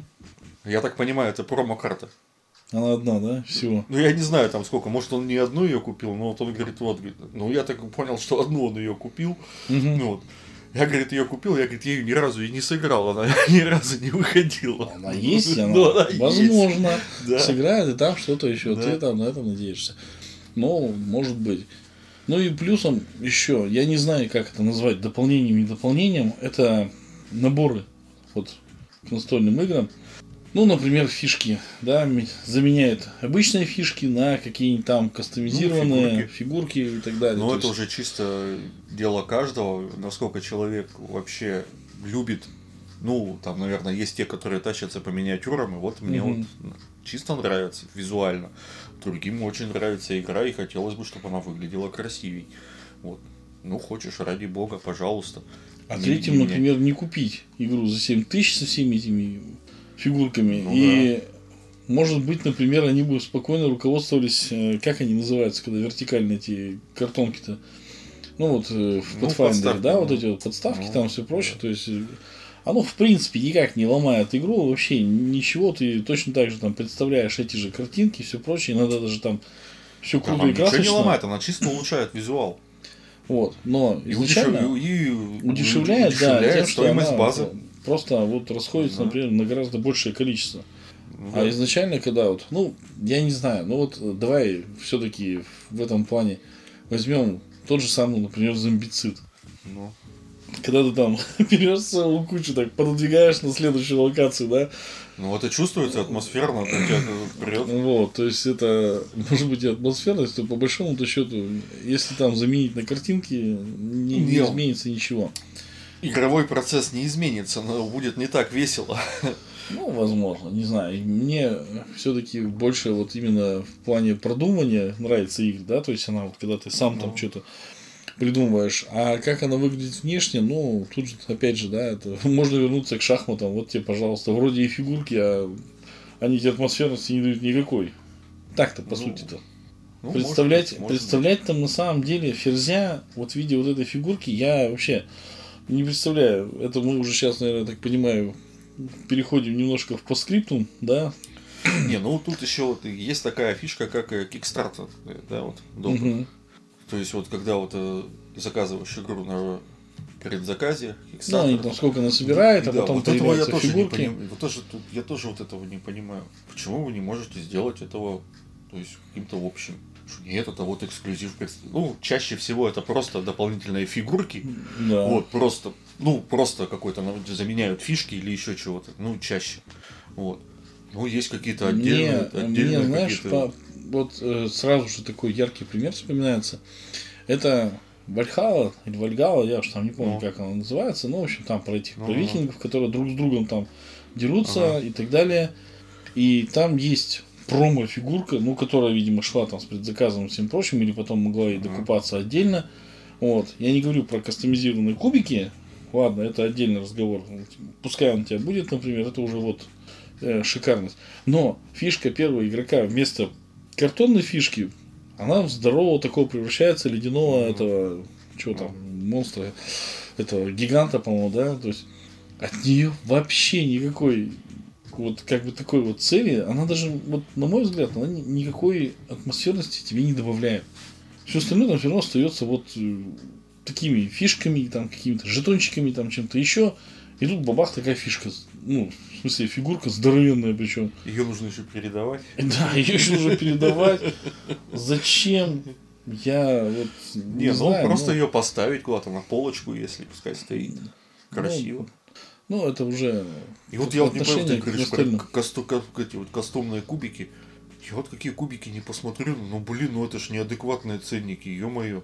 Я так понимаю, это промо-карта. Она одна, да, всего? Ну, я не знаю там сколько, может, он не одну ее купил, но вот он говорит, вот, говорит, ну, я так понял, что одну он ее купил. Угу. Ну, вот. Я, говорит, ее купил, я, говорит, я ее ни разу и не сыграл, она ни разу не выходила. Она есть, она, ну, она возможно, есть. Да. сыграет, и там что-то еще, да. ты там на это надеешься. Ну, может быть. Ну и плюсом еще, я не знаю, как это назвать, дополнением и дополнением, это наборы вот к настольным играм. Ну, например, фишки, да, заменяют обычные фишки на какие-нибудь там кастомизированные ну, фигурки. фигурки и так далее. Ну, это есть... уже чисто дело каждого, насколько человек вообще любит. Ну, там, наверное, есть те, которые тащатся по миниатюрам, и вот мне угу. вот чисто нравится визуально. Другим очень нравится игра, и хотелось бы, чтобы она выглядела красивей. Вот. Ну, хочешь, ради бога, пожалуйста. А не, третьим, не например, не купить игру за семь тысяч со всеми этими фигурками. Ну, и, да. может быть, например, они бы спокойно руководствовались, как они называются, когда вертикальные эти картонки-то. Ну, вот в Pathfinder, ну, да, ну, вот эти вот подставки, ну, там все прочее. Да. То есть, оно, в принципе, никак не ломает игру, вообще ничего, ты точно так же там представляешь эти же картинки и все прочее, иногда даже там все круто и красочно. Ничего не ломает, она чисто улучшает визуал. Вот, но и изначально удешев... и удешевляет, да, тем, что стоимость она, базы. просто вот расходятся, mm-hmm. например, на гораздо большее количество. Mm-hmm. А изначально, когда вот, ну, я не знаю, ну вот давай все-таки в этом плане возьмем тот же самый, например, зомбицид. Mm-hmm. Когда ты там берешь целую кучу, так пододвигаешь на следующую локацию, да? Ну, это чувствуется атмосферно, у тебя прет. Вот, то есть это может быть и атмосферность, то по большому-то счету, если там заменить на картинки, не, не изменится ничего. Игровой процесс не изменится, но будет не так весело. Ну, возможно, не знаю. Мне все-таки больше вот именно в плане продумывания нравится игра, да, то есть она вот когда ты сам там что-то придумываешь, а как она выглядит внешне, ну, тут же, опять же, да, это можно вернуться к шахматам, вот тебе, пожалуйста, вроде и фигурки, а они тебе атмосферности не дают никакой. Так-то, по ну, сути-то. Ну, представлять, может быть, представлять может там на самом деле ферзя, вот в виде вот этой фигурки, я вообще не представляю. Это мы уже сейчас, наверное, так понимаю, переходим немножко в постскриптум, да? Не, ну тут еще вот есть такая фишка, как Kickstarter, да, вот, добрый. Угу. То есть, вот когда вот э, заказываешь игру на предзаказе, Kickstarter, ну, они там сколько насобирает, а да, потом вот этого я тоже фигурки. Не поним... вот тоже, тут, я тоже вот этого не понимаю. Почему вы не можете сделать этого, то есть, каким-то общим? Что нет, это вот эксклюзив. Ну, чаще всего это просто дополнительные фигурки. Да. Вот, просто, ну, просто какой-то заменяют фишки или еще чего-то. Ну, чаще. Вот. Ну, есть какие-то отдельные, мне, отдельные мне, знаешь, какие-то... по... вот э, сразу же такой яркий пример вспоминается. Это Вальхалла или Вальгалла, я уж там не помню, ну. как она называется, но, в общем, там про этих ну. про викингов, которые друг с другом там дерутся ага. и так далее. И там есть промо-фигурка, ну, которая, видимо, шла там с предзаказом и всем прочим, или потом могла и докупаться ага. отдельно. Вот. Я не говорю про кастомизированные кубики, ладно, это отдельный разговор. Пускай он у тебя будет, например, это уже вот э, шикарность. Но фишка первого игрока вместо картонной фишки, она в здорового такого превращается, ледяного mm-hmm. этого, что там, монстра, этого гиганта, по-моему, да, то есть от нее вообще никакой вот как бы такой вот цели, она даже, вот на мой взгляд, она никакой атмосферности тебе не добавляет. Все остальное там все равно остается вот такими фишками, там какими-то жетончиками, там чем-то еще. И тут бабах такая фишка, ну, в смысле, фигурка здоровенная причем. Ее нужно еще передавать. Да, ее еще нужно передавать. Зачем? Я вот не, не знаю. Ну, просто но... ее поставить куда-то на полочку, если пускай стоит. Красиво. Ну, ну это уже. И вот я вот не понял, ты говоришь про касту, эти вот кастомные кубики. Я вот какие кубики не посмотрел, ну блин, ну это ж неадекватные ценники, ё-моё.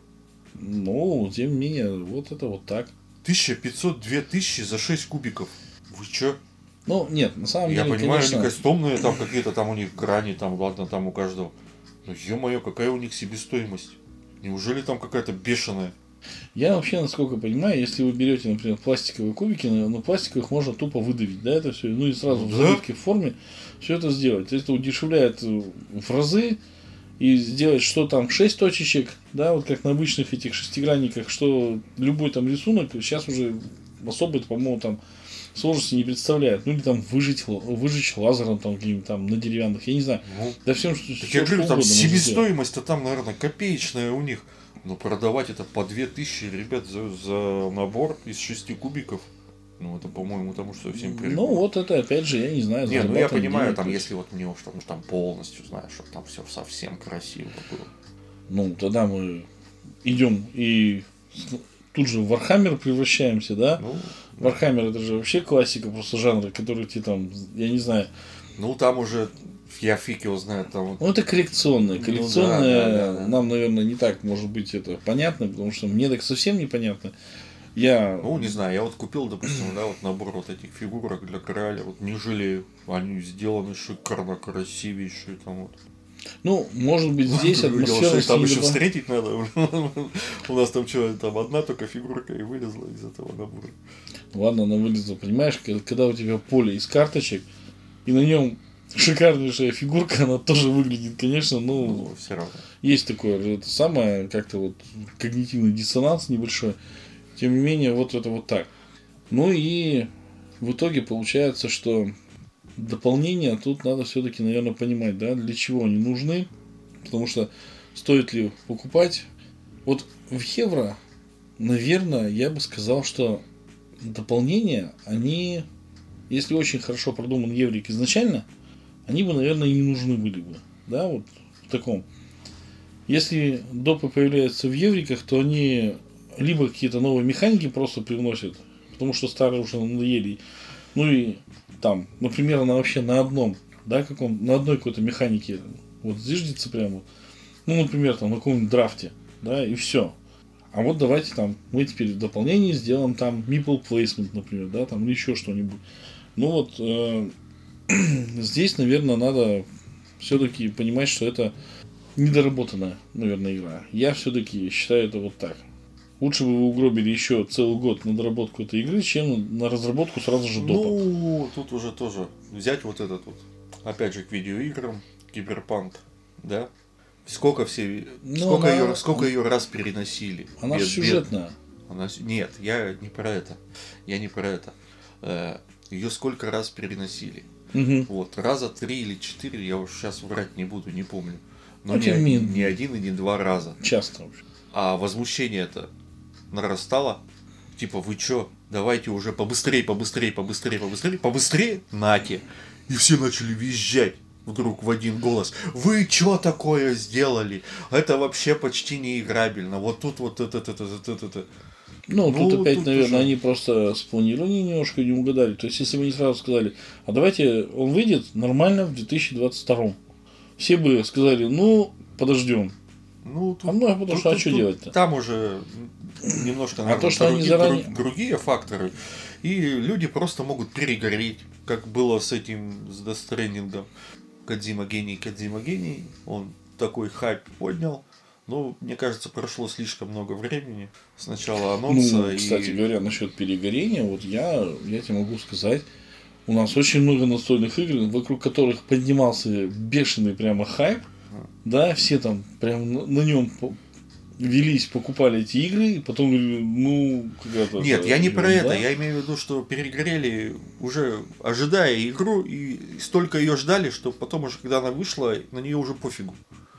Ну, тем не менее, вот это вот так. тысяча пятьсот две тысячи за шесть кубиков. Вы чё? Ну, нет, на самом я деле, Я понимаю, конечно... они кастомные, там какие-то там у них грани, там, ладно, там у каждого. Ну, ё-моё, какая у них себестоимость? Неужели там какая-то бешеная? Я вообще, насколько понимаю, если вы берете, например, пластиковые кубики, ну, пластиковых можно тупо выдавить, да, это все, ну, и сразу в заливке в форме все это сделать. Это удешевляет в разы, и сделать, что там шесть точечек, да, вот как на обычных этих шестигранниках, что любой там рисунок сейчас уже особо, по-моему, там сложности не представляет. Ну или там выжечь, выжечь лазером там каким-то там на деревянных, я не знаю. Ну, да всем, что, так я говорю, там себестоимость-то там, наверное, копеечная у них. Но продавать это по две тысячи, ребят, за, за набор из шести кубиков. Ну, это, по-моему, тому что совсем перебор. Ну, вот это, опять же, я не знаю. Не, ну я понимаю, там, если вот мне уж там, там полностью, знаешь, чтобы там все совсем красиво было. Ну, тогда мы идем и тут же в Warhammer превращаемся, да? Ну, Warhammer это же вообще классика просто жанра, который тебе там, я не знаю. Ну, там уже, я фиг его знаю, там. Ну, это коллекционное. Коллекционное, ну, да, да, да, да. Нам, наверное, не так, может быть, это понятно, потому что мне так совсем непонятно. Я... Ну, не знаю, я вот купил, допустим, да, вот набор вот этих фигурок для короля, вот не жалею, они сделаны шикарно, красивейшие, там вот. Ну, может быть, здесь атмосфера... Там еще встретить надо, у нас там что, там одна только фигурка и вылезла из этого набора. Ладно, она вылезла, понимаешь, когда у тебя поле из карточек, и на нем шикарнейшая фигурка, она тоже выглядит, конечно, ну, ну все равно. Есть такое, это самое, как-то вот когнитивный диссонанс небольшой. Тем не менее, вот это вот так. Ну и в итоге получается, что дополнения тут надо все-таки, наверное, понимать, да, для чего они нужны. Потому что стоит ли покупать. Вот в евро, наверное, я бы сказал, что дополнения, они, если очень хорошо продуман Еврик изначально, они бы, наверное, и не нужны были бы. Да, вот в таком. Если допы появляются в Евриках, то они либо какие-то новые механики просто привносят, потому что старые уже надоели. Ну и там, например, она вообще на одном, да, каком, на одной какой-то механике вот зиждется прямо. Ну, например, там на каком-нибудь драфте, да, и все. А вот давайте там, мы теперь в дополнении сделаем там meeple placement, например, да, там или еще что-нибудь. Ну вот, э, здесь, наверное, надо все-таки понимать, что это недоработанная, наверное, игра. Я все-таки считаю это вот так. Лучше бы вы угробили еще целый год на доработку этой игры, чем на разработку сразу же допа. Ну, тут уже тоже взять вот этот вот, опять же, к видеоиграм, Киберпанк, да? Сколько все, Но сколько, она... ее, сколько ее раз переносили. Она Бед, сюжетная. Бед... Она... Нет, я не про это. Я не про это. Э, ее сколько раз переносили. Угу. Вот, раза три или четыре, я уж сейчас врать не буду, не помню. Но ну, не, не один и не два раза. Часто вообще. А возмущение это нарастало. Типа, вы чё, давайте уже побыстрее, побыстрее, побыстрее, побыстрее, побыстрее, нате. И все начали визжать вдруг в один голос. Вы чё такое сделали? Это вообще почти не играбельно. Вот тут вот это, это, это, это, это. Ну, Ну, тут опять, тут наверное, уже... они просто с планированием немножко не угадали. То есть, если бы они сразу сказали, а давайте он выйдет нормально в две тысячи двадцать втором. Все бы сказали, ну, подождем. Ну, тут, а ну, а потому тут, что, тут, а что тут, делать-то? Там уже немножко, наверное, а то, что другие, они заранее... друг, другие факторы. И люди просто могут перегореть, как было с этим, с Death Stranding. Кодзима гений, Кодзима гений. Он такой хайп поднял. Но, мне кажется, прошло слишком много времени с начала анонса. Ну, кстати и... говоря, насчет перегорения, вот я, я тебе могу сказать, у нас очень много настольных игр, вокруг которых поднимался бешеный прямо хайп. Да, все там прям на, на нем велись, покупали эти игры, и потом говорили, ну, когда-то... Нет, я не игра, про это, да? я имею в виду, что перегорели уже ожидая игру, и столько ее ждали, что потом уже, когда она вышла, на нее уже пофигу.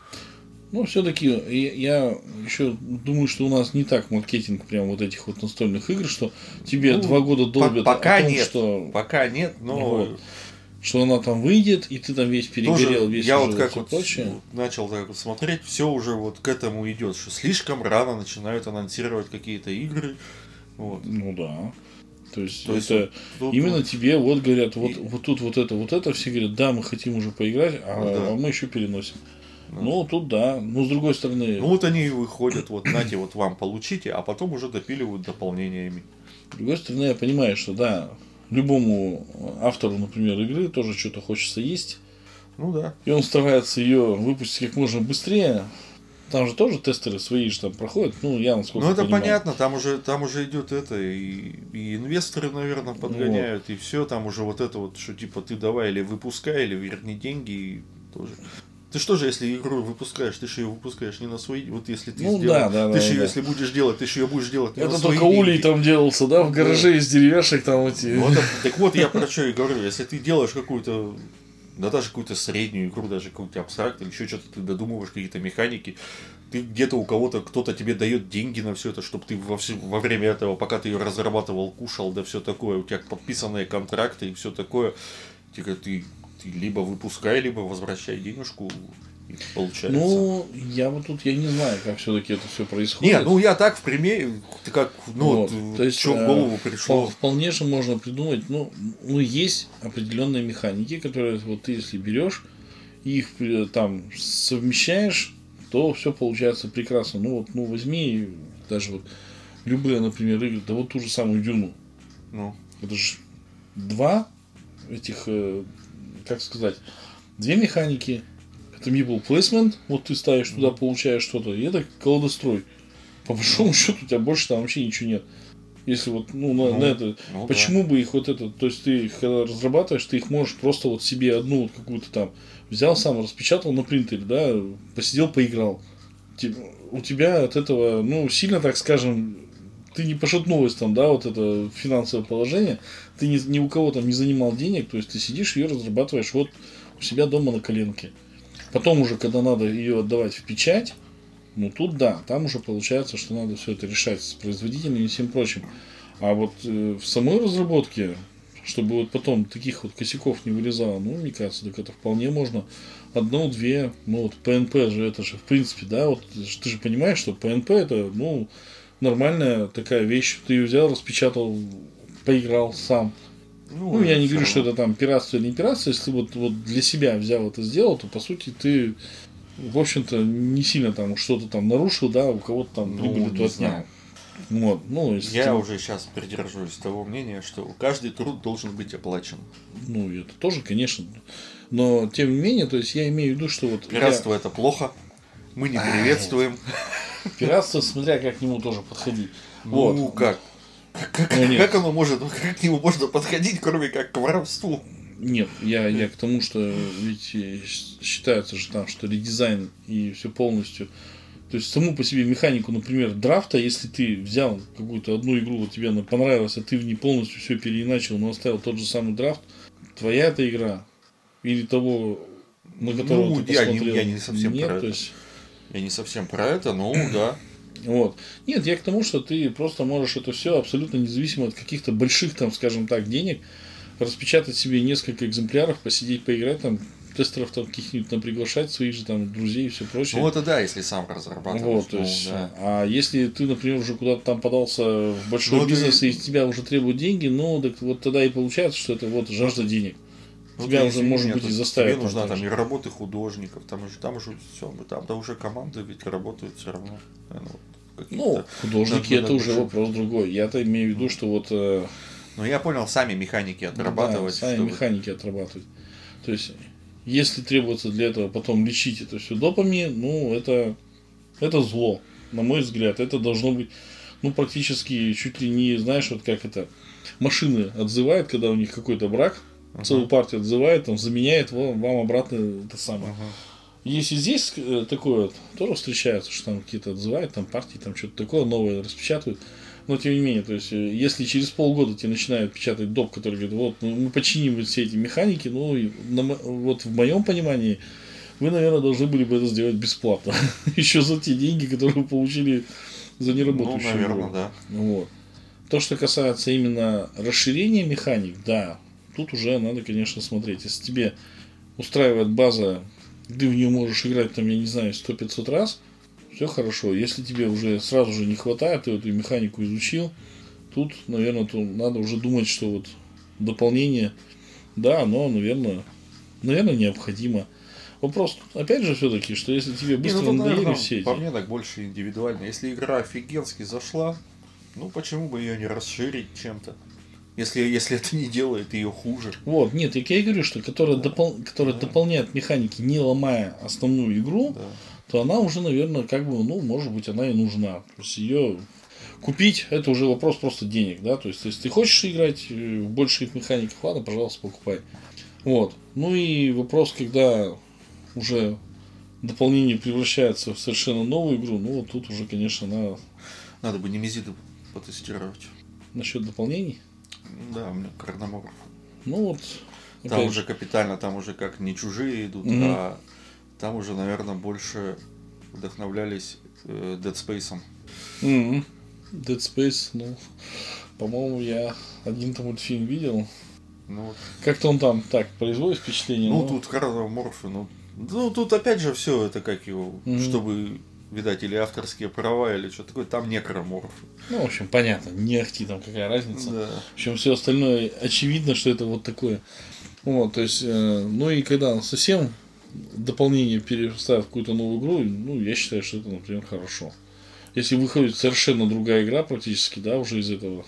Ну, все-таки я, я еще думаю, что у нас не так маркетинг прям вот этих вот настольных игр, что тебе ну, два года долбят по- пока о том, нет, что... Пока нет, но... Вот, что она там выйдет, и ты там весь перегорел, тоже весь я уже вот как вот прочее. начал так вот смотреть, все уже вот к этому идет, что слишком рано начинают анонсировать какие-то игры. Вот. Ну да. То есть, То есть это тут, именно вот... тебе вот говорят, вот, и... вот тут вот это, вот это, все говорят, да, мы хотим уже поиграть, а, да. а мы еще переносим. Да. Ну, тут да. Ну, с другой стороны... Ну, вот они выходят, вот, нате, вот вам получите, а потом уже допиливают дополнениями. С другой стороны, я понимаю, что да, любому автору, например, игры тоже что-то хочется есть. Ну да. И он старается ее выпустить как можно быстрее. Там же тоже тестеры свои же там проходят. Ну, я насколько Ну, это понимаю. понятно, там уже, там уже идет это, и, и инвесторы, наверное, подгоняют, вот. И все, там уже вот это вот, что типа ты давай или выпускай, или верни деньги, и тоже. Ты что же, если игру выпускаешь, ты же ее выпускаешь не на свои... Вот если ты ну, сделаешь, да, да, ты да, же ее, да. если будешь делать, ты же ее будешь делать не это на свои только улей деньги. там делался, да, в гараже да. из деревяшек там эти... Ну, это, так вот я про что и говорю, если ты делаешь какую-то, да даже какую-то среднюю игру, даже какую-то абстракт, или еще что-то ты додумываешь, какие-то механики, ты где-то у кого-то, кто-то тебе дает деньги на все это, чтобы ты во, все, во время этого, пока ты ее разрабатывал, кушал, да все такое, у тебя подписанные контракты и все такое, типа ты, ты либо выпускай, либо возвращай денежку. Получается. Ну, я вот тут я не знаю, как все-таки это все происходит. Нет, ну я так в примере, как, ну, вот. вот, то есть, что в голову пришло. Вполне же можно придумать, ну, ну, есть определенные механики, которые вот ты если берешь и их там совмещаешь, то все получается прекрасно. Ну вот, ну возьми даже вот любые, например, игры, да вот ту же самую Дюну. Ну. Это же два этих, как сказать, две механики. Это meeple placement, вот ты ставишь туда, получаешь что-то, и это колодострой. По большому счету у тебя больше там вообще ничего нет. Если вот, ну, на, ну, на это, ну, почему да. бы их вот это, то есть ты их когда разрабатываешь, ты их можешь просто вот себе одну вот какую-то там взял сам, распечатал на принтере, да, посидел, поиграл. У тебя от этого, ну, сильно, так скажем, ты не пошатнулась там, да, вот это финансовое положение, ты ни, ни у кого там не занимал денег, то есть ты сидишь ее разрабатываешь вот у себя дома на коленке. Потом уже, когда надо ее отдавать в печать, ну тут да, там уже получается, что надо все это решать с производителями и всем прочим. А вот э, в самой разработке, чтобы вот потом таких вот косяков не вылезало, ну, мне кажется, так это вполне можно. Одну-две, ну вот пэ эн пэ же это же в принципе, да, вот ты же понимаешь, что пэ эн пэ это, ну, нормальная такая вещь. Ты ее взял, распечатал, поиграл сам. Ну, ну я не говорю, равно. Что это там пиратство или не пиратство. Если вот, вот для себя взял это сделал, то по сути ты, в общем-то, не сильно там что-то там нарушил, да, у кого-то там прибыль ну, отнял. Вот, ну, я ты... уже сейчас придерживаюсь того мнения, что каждый труд должен быть оплачен. Ну, это тоже, конечно. Но, тем не менее, то есть я имею в виду, что вот... Пиратство я... это плохо. Мы не приветствуем. Пиратство, смотря как к нему тоже подходить. Ну, вот. как? Как, ну, как оно может, как к нему можно подходить, кроме как к воровству? Нет, я, я к тому, что ведь считается же там, что редизайн и все полностью. То есть саму по себе механику, например, драфта, если ты взял какую-то одну игру, вот тебе она понравилась, а ты в ней полностью все переиначил, но оставил тот же самый драфт, твоя эта игра или того, на которого ну, ты я посмотрел, не, я не совсем нет, про то это. есть... Я не совсем про это, но да. Вот. Нет, я к тому, что ты просто можешь это все абсолютно независимо от каких-то больших, там, скажем так, денег, распечатать себе несколько экземпляров, посидеть, поиграть, там, тестеров там каких-нибудь там приглашать, своих же там друзей и все прочее. Ну это да, если сам разрабатываешь. Вот, то ну, есть, да. А если ты, например, уже куда-то там подался в большой ну, бизнес, ты... и из тебя уже требуют деньги, ну, так вот тогда и получается, что это вот жажда денег. Ну, тебя уже, может быть, и заставят. Тебе нужна там и работы художников, там уже, там уже все, там да уже команды ведь работают все равно. Ну, ну художники это уже больших... вопрос другой. Я-то имею в виду, что вот. Э... Ну я понял, сами механики отрабатывать. Да, сами чтобы... механики отрабатывать. То есть, если требуется для этого потом лечить это все допами, ну это это зло, на мой взгляд, это должно быть, ну практически чуть ли не, знаешь, вот как это машины отзывают, когда у них какой-то брак. Uh-huh. Целую партию отзывает, там, заменяет вам, вам обратно это самое. Uh-huh. Если здесь такое вот, тоже встречается, что там какие-то отзывают, там партии, там что-то такое новое распечатывают. Но тем не менее, то есть, если через полгода тебе начинают печатать доп, который говорит, вот, ну, мы починим все эти механики, ну, на, вот в моем понимании, вы, наверное, должны были бы это сделать бесплатно. Еще за те деньги, которые вы получили за неработающую игру. Ну, наверное, да. Вот. То, что касается именно расширения механик, да, тут уже надо, конечно, смотреть. Если тебе устраивает база, ты в нее можешь играть, там, я не знаю, сто-пятьсот раз, все хорошо. Если тебе уже сразу же не хватает, ты эту механику изучил, тут, наверное, то надо уже думать, что вот дополнение, да, оно, наверное, наверное, необходимо. Вопрос, опять же, все-таки, что если тебе быстро не, ну, надоели все эти... По мне так больше индивидуально. Если игра офигенски зашла, ну почему бы ее не расширить чем-то? Если, если это не делает ее хуже. Вот, нет, я и говорю, что которая, да. допол... которая да. дополняет механики, не ломая основную игру, да. то она уже, наверное, как бы, ну, может быть, она и нужна. То есть ее купить, это уже вопрос просто денег, да. То есть, если ты хочешь играть в больших механиках, ладно, пожалуйста, покупай. Вот. Ну и вопрос, когда уже дополнение превращается в совершенно новую игру, ну вот тут уже, конечно, надо. Надо бы немезиды потестировать. Насчет дополнений? Да, у меня Карноморф. Ну вот. Там уже капитально, там уже как не чужие идут, угу. а там уже, наверное, больше вдохновлялись э, Dead Space. Угу. Dead Space, ну, по-моему, я один-то мультфильм видел. Ну, как-то он там так производит впечатление. Ну, но... тут Карноморфы, ну, ну, тут опять же все это как его, угу. чтобы... Видать, или авторские права, или что-то такое, там некроморфы. Ну, в общем, понятно, не ахти, там какая разница. Да. В общем, все остальное очевидно, что это вот такое. Вот, то есть, э, ну и когда совсем дополнение переставят в какую-то новую игру, ну, я считаю, что это, например, хорошо. Если выходит совершенно другая игра практически, да, уже из этого,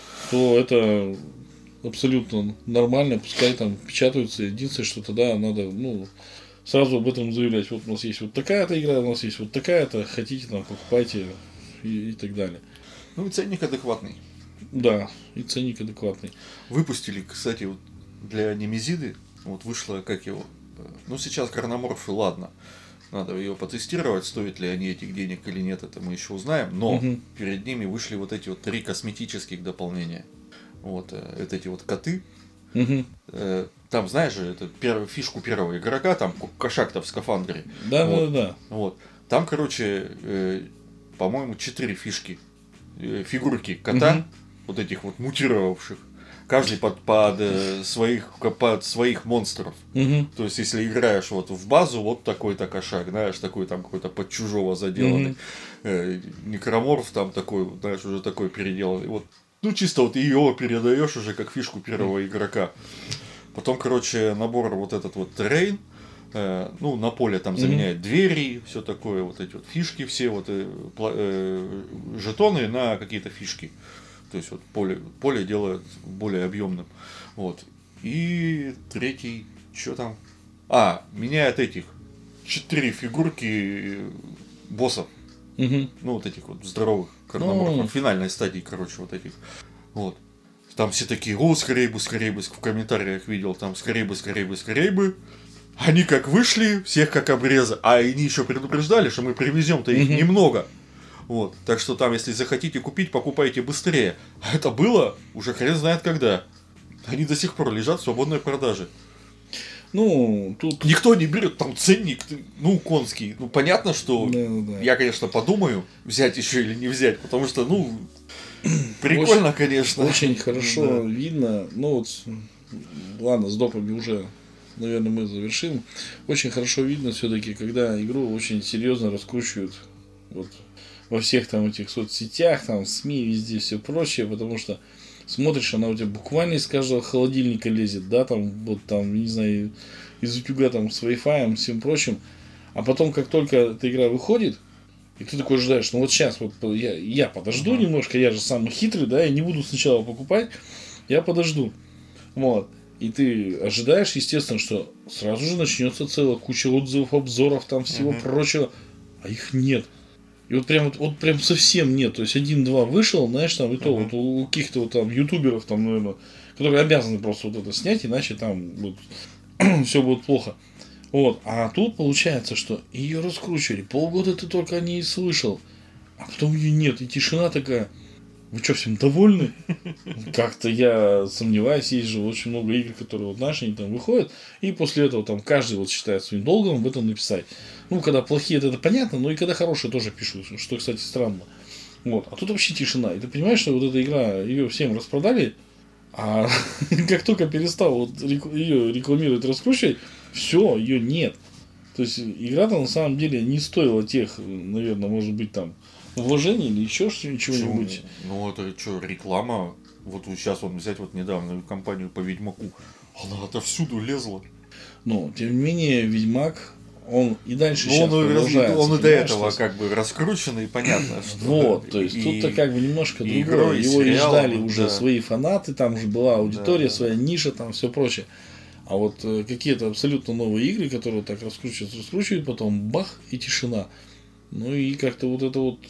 то это абсолютно нормально, пускай там печатаются. Единственное, что тогда надо, ну, сразу об этом заявлять, вот у нас есть вот такая-то игра, у нас есть вот такая-то, хотите, там, покупайте и, и так далее. Ну и ценник адекватный. Да, и ценник адекватный. Выпустили, кстати, вот для Немезиды, вот вышло, как его, ну сейчас Карноморфы, ладно, надо ее потестировать, стоят ли они этих денег или нет, это мы еще узнаем, но угу. перед ними вышли вот эти вот три косметических дополнения. Вот, вот эти вот коты. Угу. Там, знаешь же, это первую фишку первого игрока, там кошак-то в скафандре. Да, вот. да, да. Вот. Там, короче, э, по-моему, четыре фишки. Э, фигурки кота, угу. вот этих вот мутировавших. Каждый под, под, э, своих, под своих монстров. Угу. То есть, если играешь вот в базу, вот такой-то кошак, знаешь, такой там какой-то под чужого заделанный. Угу. Э, некроморф там такой, знаешь, уже такой переделанный. Вот, ну, чисто вот его передаешь уже как фишку первого игрока. Потом, короче, набор вот этот вот террейн. Э, ну, на поле там заменяет mm-hmm. двери, все такое, вот эти вот фишки все, вот э, э, жетоны на какие-то фишки. То есть вот поле, поле делают более объемным. Вот. И третий, что там? А, меняет этих четыре фигурки боссов. Mm-hmm. Ну, вот этих вот здоровых карноморфов. Mm-hmm. Финальной стадии, короче, вот этих. Вот. Там все такие, о, скорей бы, скорей бы, в комментариях видел, там, скорей бы, скорей бы, скорей бы. Они как вышли, всех как обрезы, а они еще предупреждали, что мы привезем-то их mm-hmm. немного. Вот. Так что там, если захотите купить, покупайте быстрее. А это было уже хрен знает когда. Они до сих пор лежат в свободной продаже. Ну, тут... Никто не берет, там ценник, ну, конский. Ну, понятно, что да, да. я, конечно, подумаю, взять еще или не взять, потому что, ну, прикольно, очень, конечно. Очень хорошо да. видно. Ну, вот, ладно, с допами уже... Наверное, мы завершим. Очень хорошо видно все-таки, когда игру очень серьезно раскручивают вот, во всех там этих соцсетях, там, СМИ, везде все прочее, потому что смотришь, она у тебя буквально из каждого холодильника лезет, да, там, вот там, не знаю, из утюга там с Wi-Fi, всем прочим. А потом, как только эта игра выходит, и ты такой ожидаешь, ну вот сейчас вот я, я подожду uh-huh. немножко, я же самый хитрый, да, я не буду сначала покупать, я подожду. Вот. И ты ожидаешь, естественно, что сразу же начнется целая куча отзывов, обзоров, там всего uh-huh. прочего, а их нет. И вот прям, вот прям совсем нет. То есть один-два вышел, знаешь, там, и то uh-huh. вот у каких-то вот там ютуберов, там, наверное, которые обязаны просто вот это снять, иначе там вот, все будет плохо. Вот. А тут получается, что ее раскручивали. Полгода ты только о ней слышал, а потом ее нет. И тишина такая. Вы что, всем довольны? Как-то я сомневаюсь, есть же очень много игр, которые вот наши, они там выходят, и после этого там каждый вот считает своим долгом об этом написать. Ну, когда плохие, это, это понятно, но и когда хорошие тоже пишут, что, кстати, странно. Вот. А тут вообще тишина. И ты понимаешь, что вот эта игра, ее всем распродали, а как только перестал вот ее рекламировать, раскручивать, все, ее нет. То есть игра-то на самом деле не стоила тех, наверное, может быть, там, вложений или еще чего-нибудь. Ну, это что, реклама. Вот сейчас он взять вот недавно компанию по Ведьмаку. Она отовсюду лезла. Но, тем не менее, Ведьмак, он и дальше ну, сейчас он, продолжается. Он и до этого что... как бы раскручен и понятно, что... Вот, то есть, и... тут-то как бы немножко другое. Игрой, Его и ждали да. уже свои фанаты, там уже была аудитория, да, своя да. ниша, там все прочее. А вот э, какие-то абсолютно новые игры, которые так раскручивают, раскручивают, потом бах, и тишина. Ну и как-то вот это вот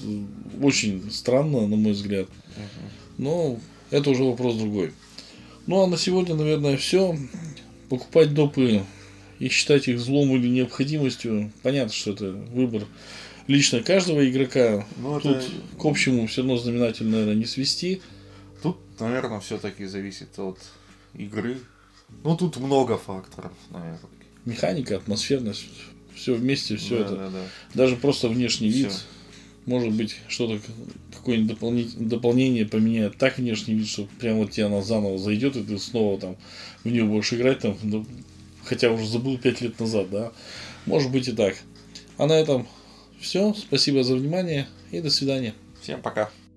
очень странно, на мой взгляд. Uh-huh. Но это уже вопрос другой. Ну а на сегодня, наверное, все. Покупать допы и считать их злом или необходимостью, понятно, что это выбор лично каждого игрока. Ну, тут это... к общему все равно знаменатель, наверное, не свести. Тут, наверное, все-таки зависит от игры. Ну, тут много факторов, наверное. Механика, атмосферность. Все вместе, все да, это. Да, да. Даже просто внешний всё. вид. Может быть, что-то, какое-нибудь дополнение, дополнение поменяет так внешний вид, что прям вот тебе она заново зайдет, и ты снова там в нее будешь играть, там, хотя уже забыл пять лет назад, да. Может быть и так. А на этом все. Спасибо за внимание и до свидания. Всем пока.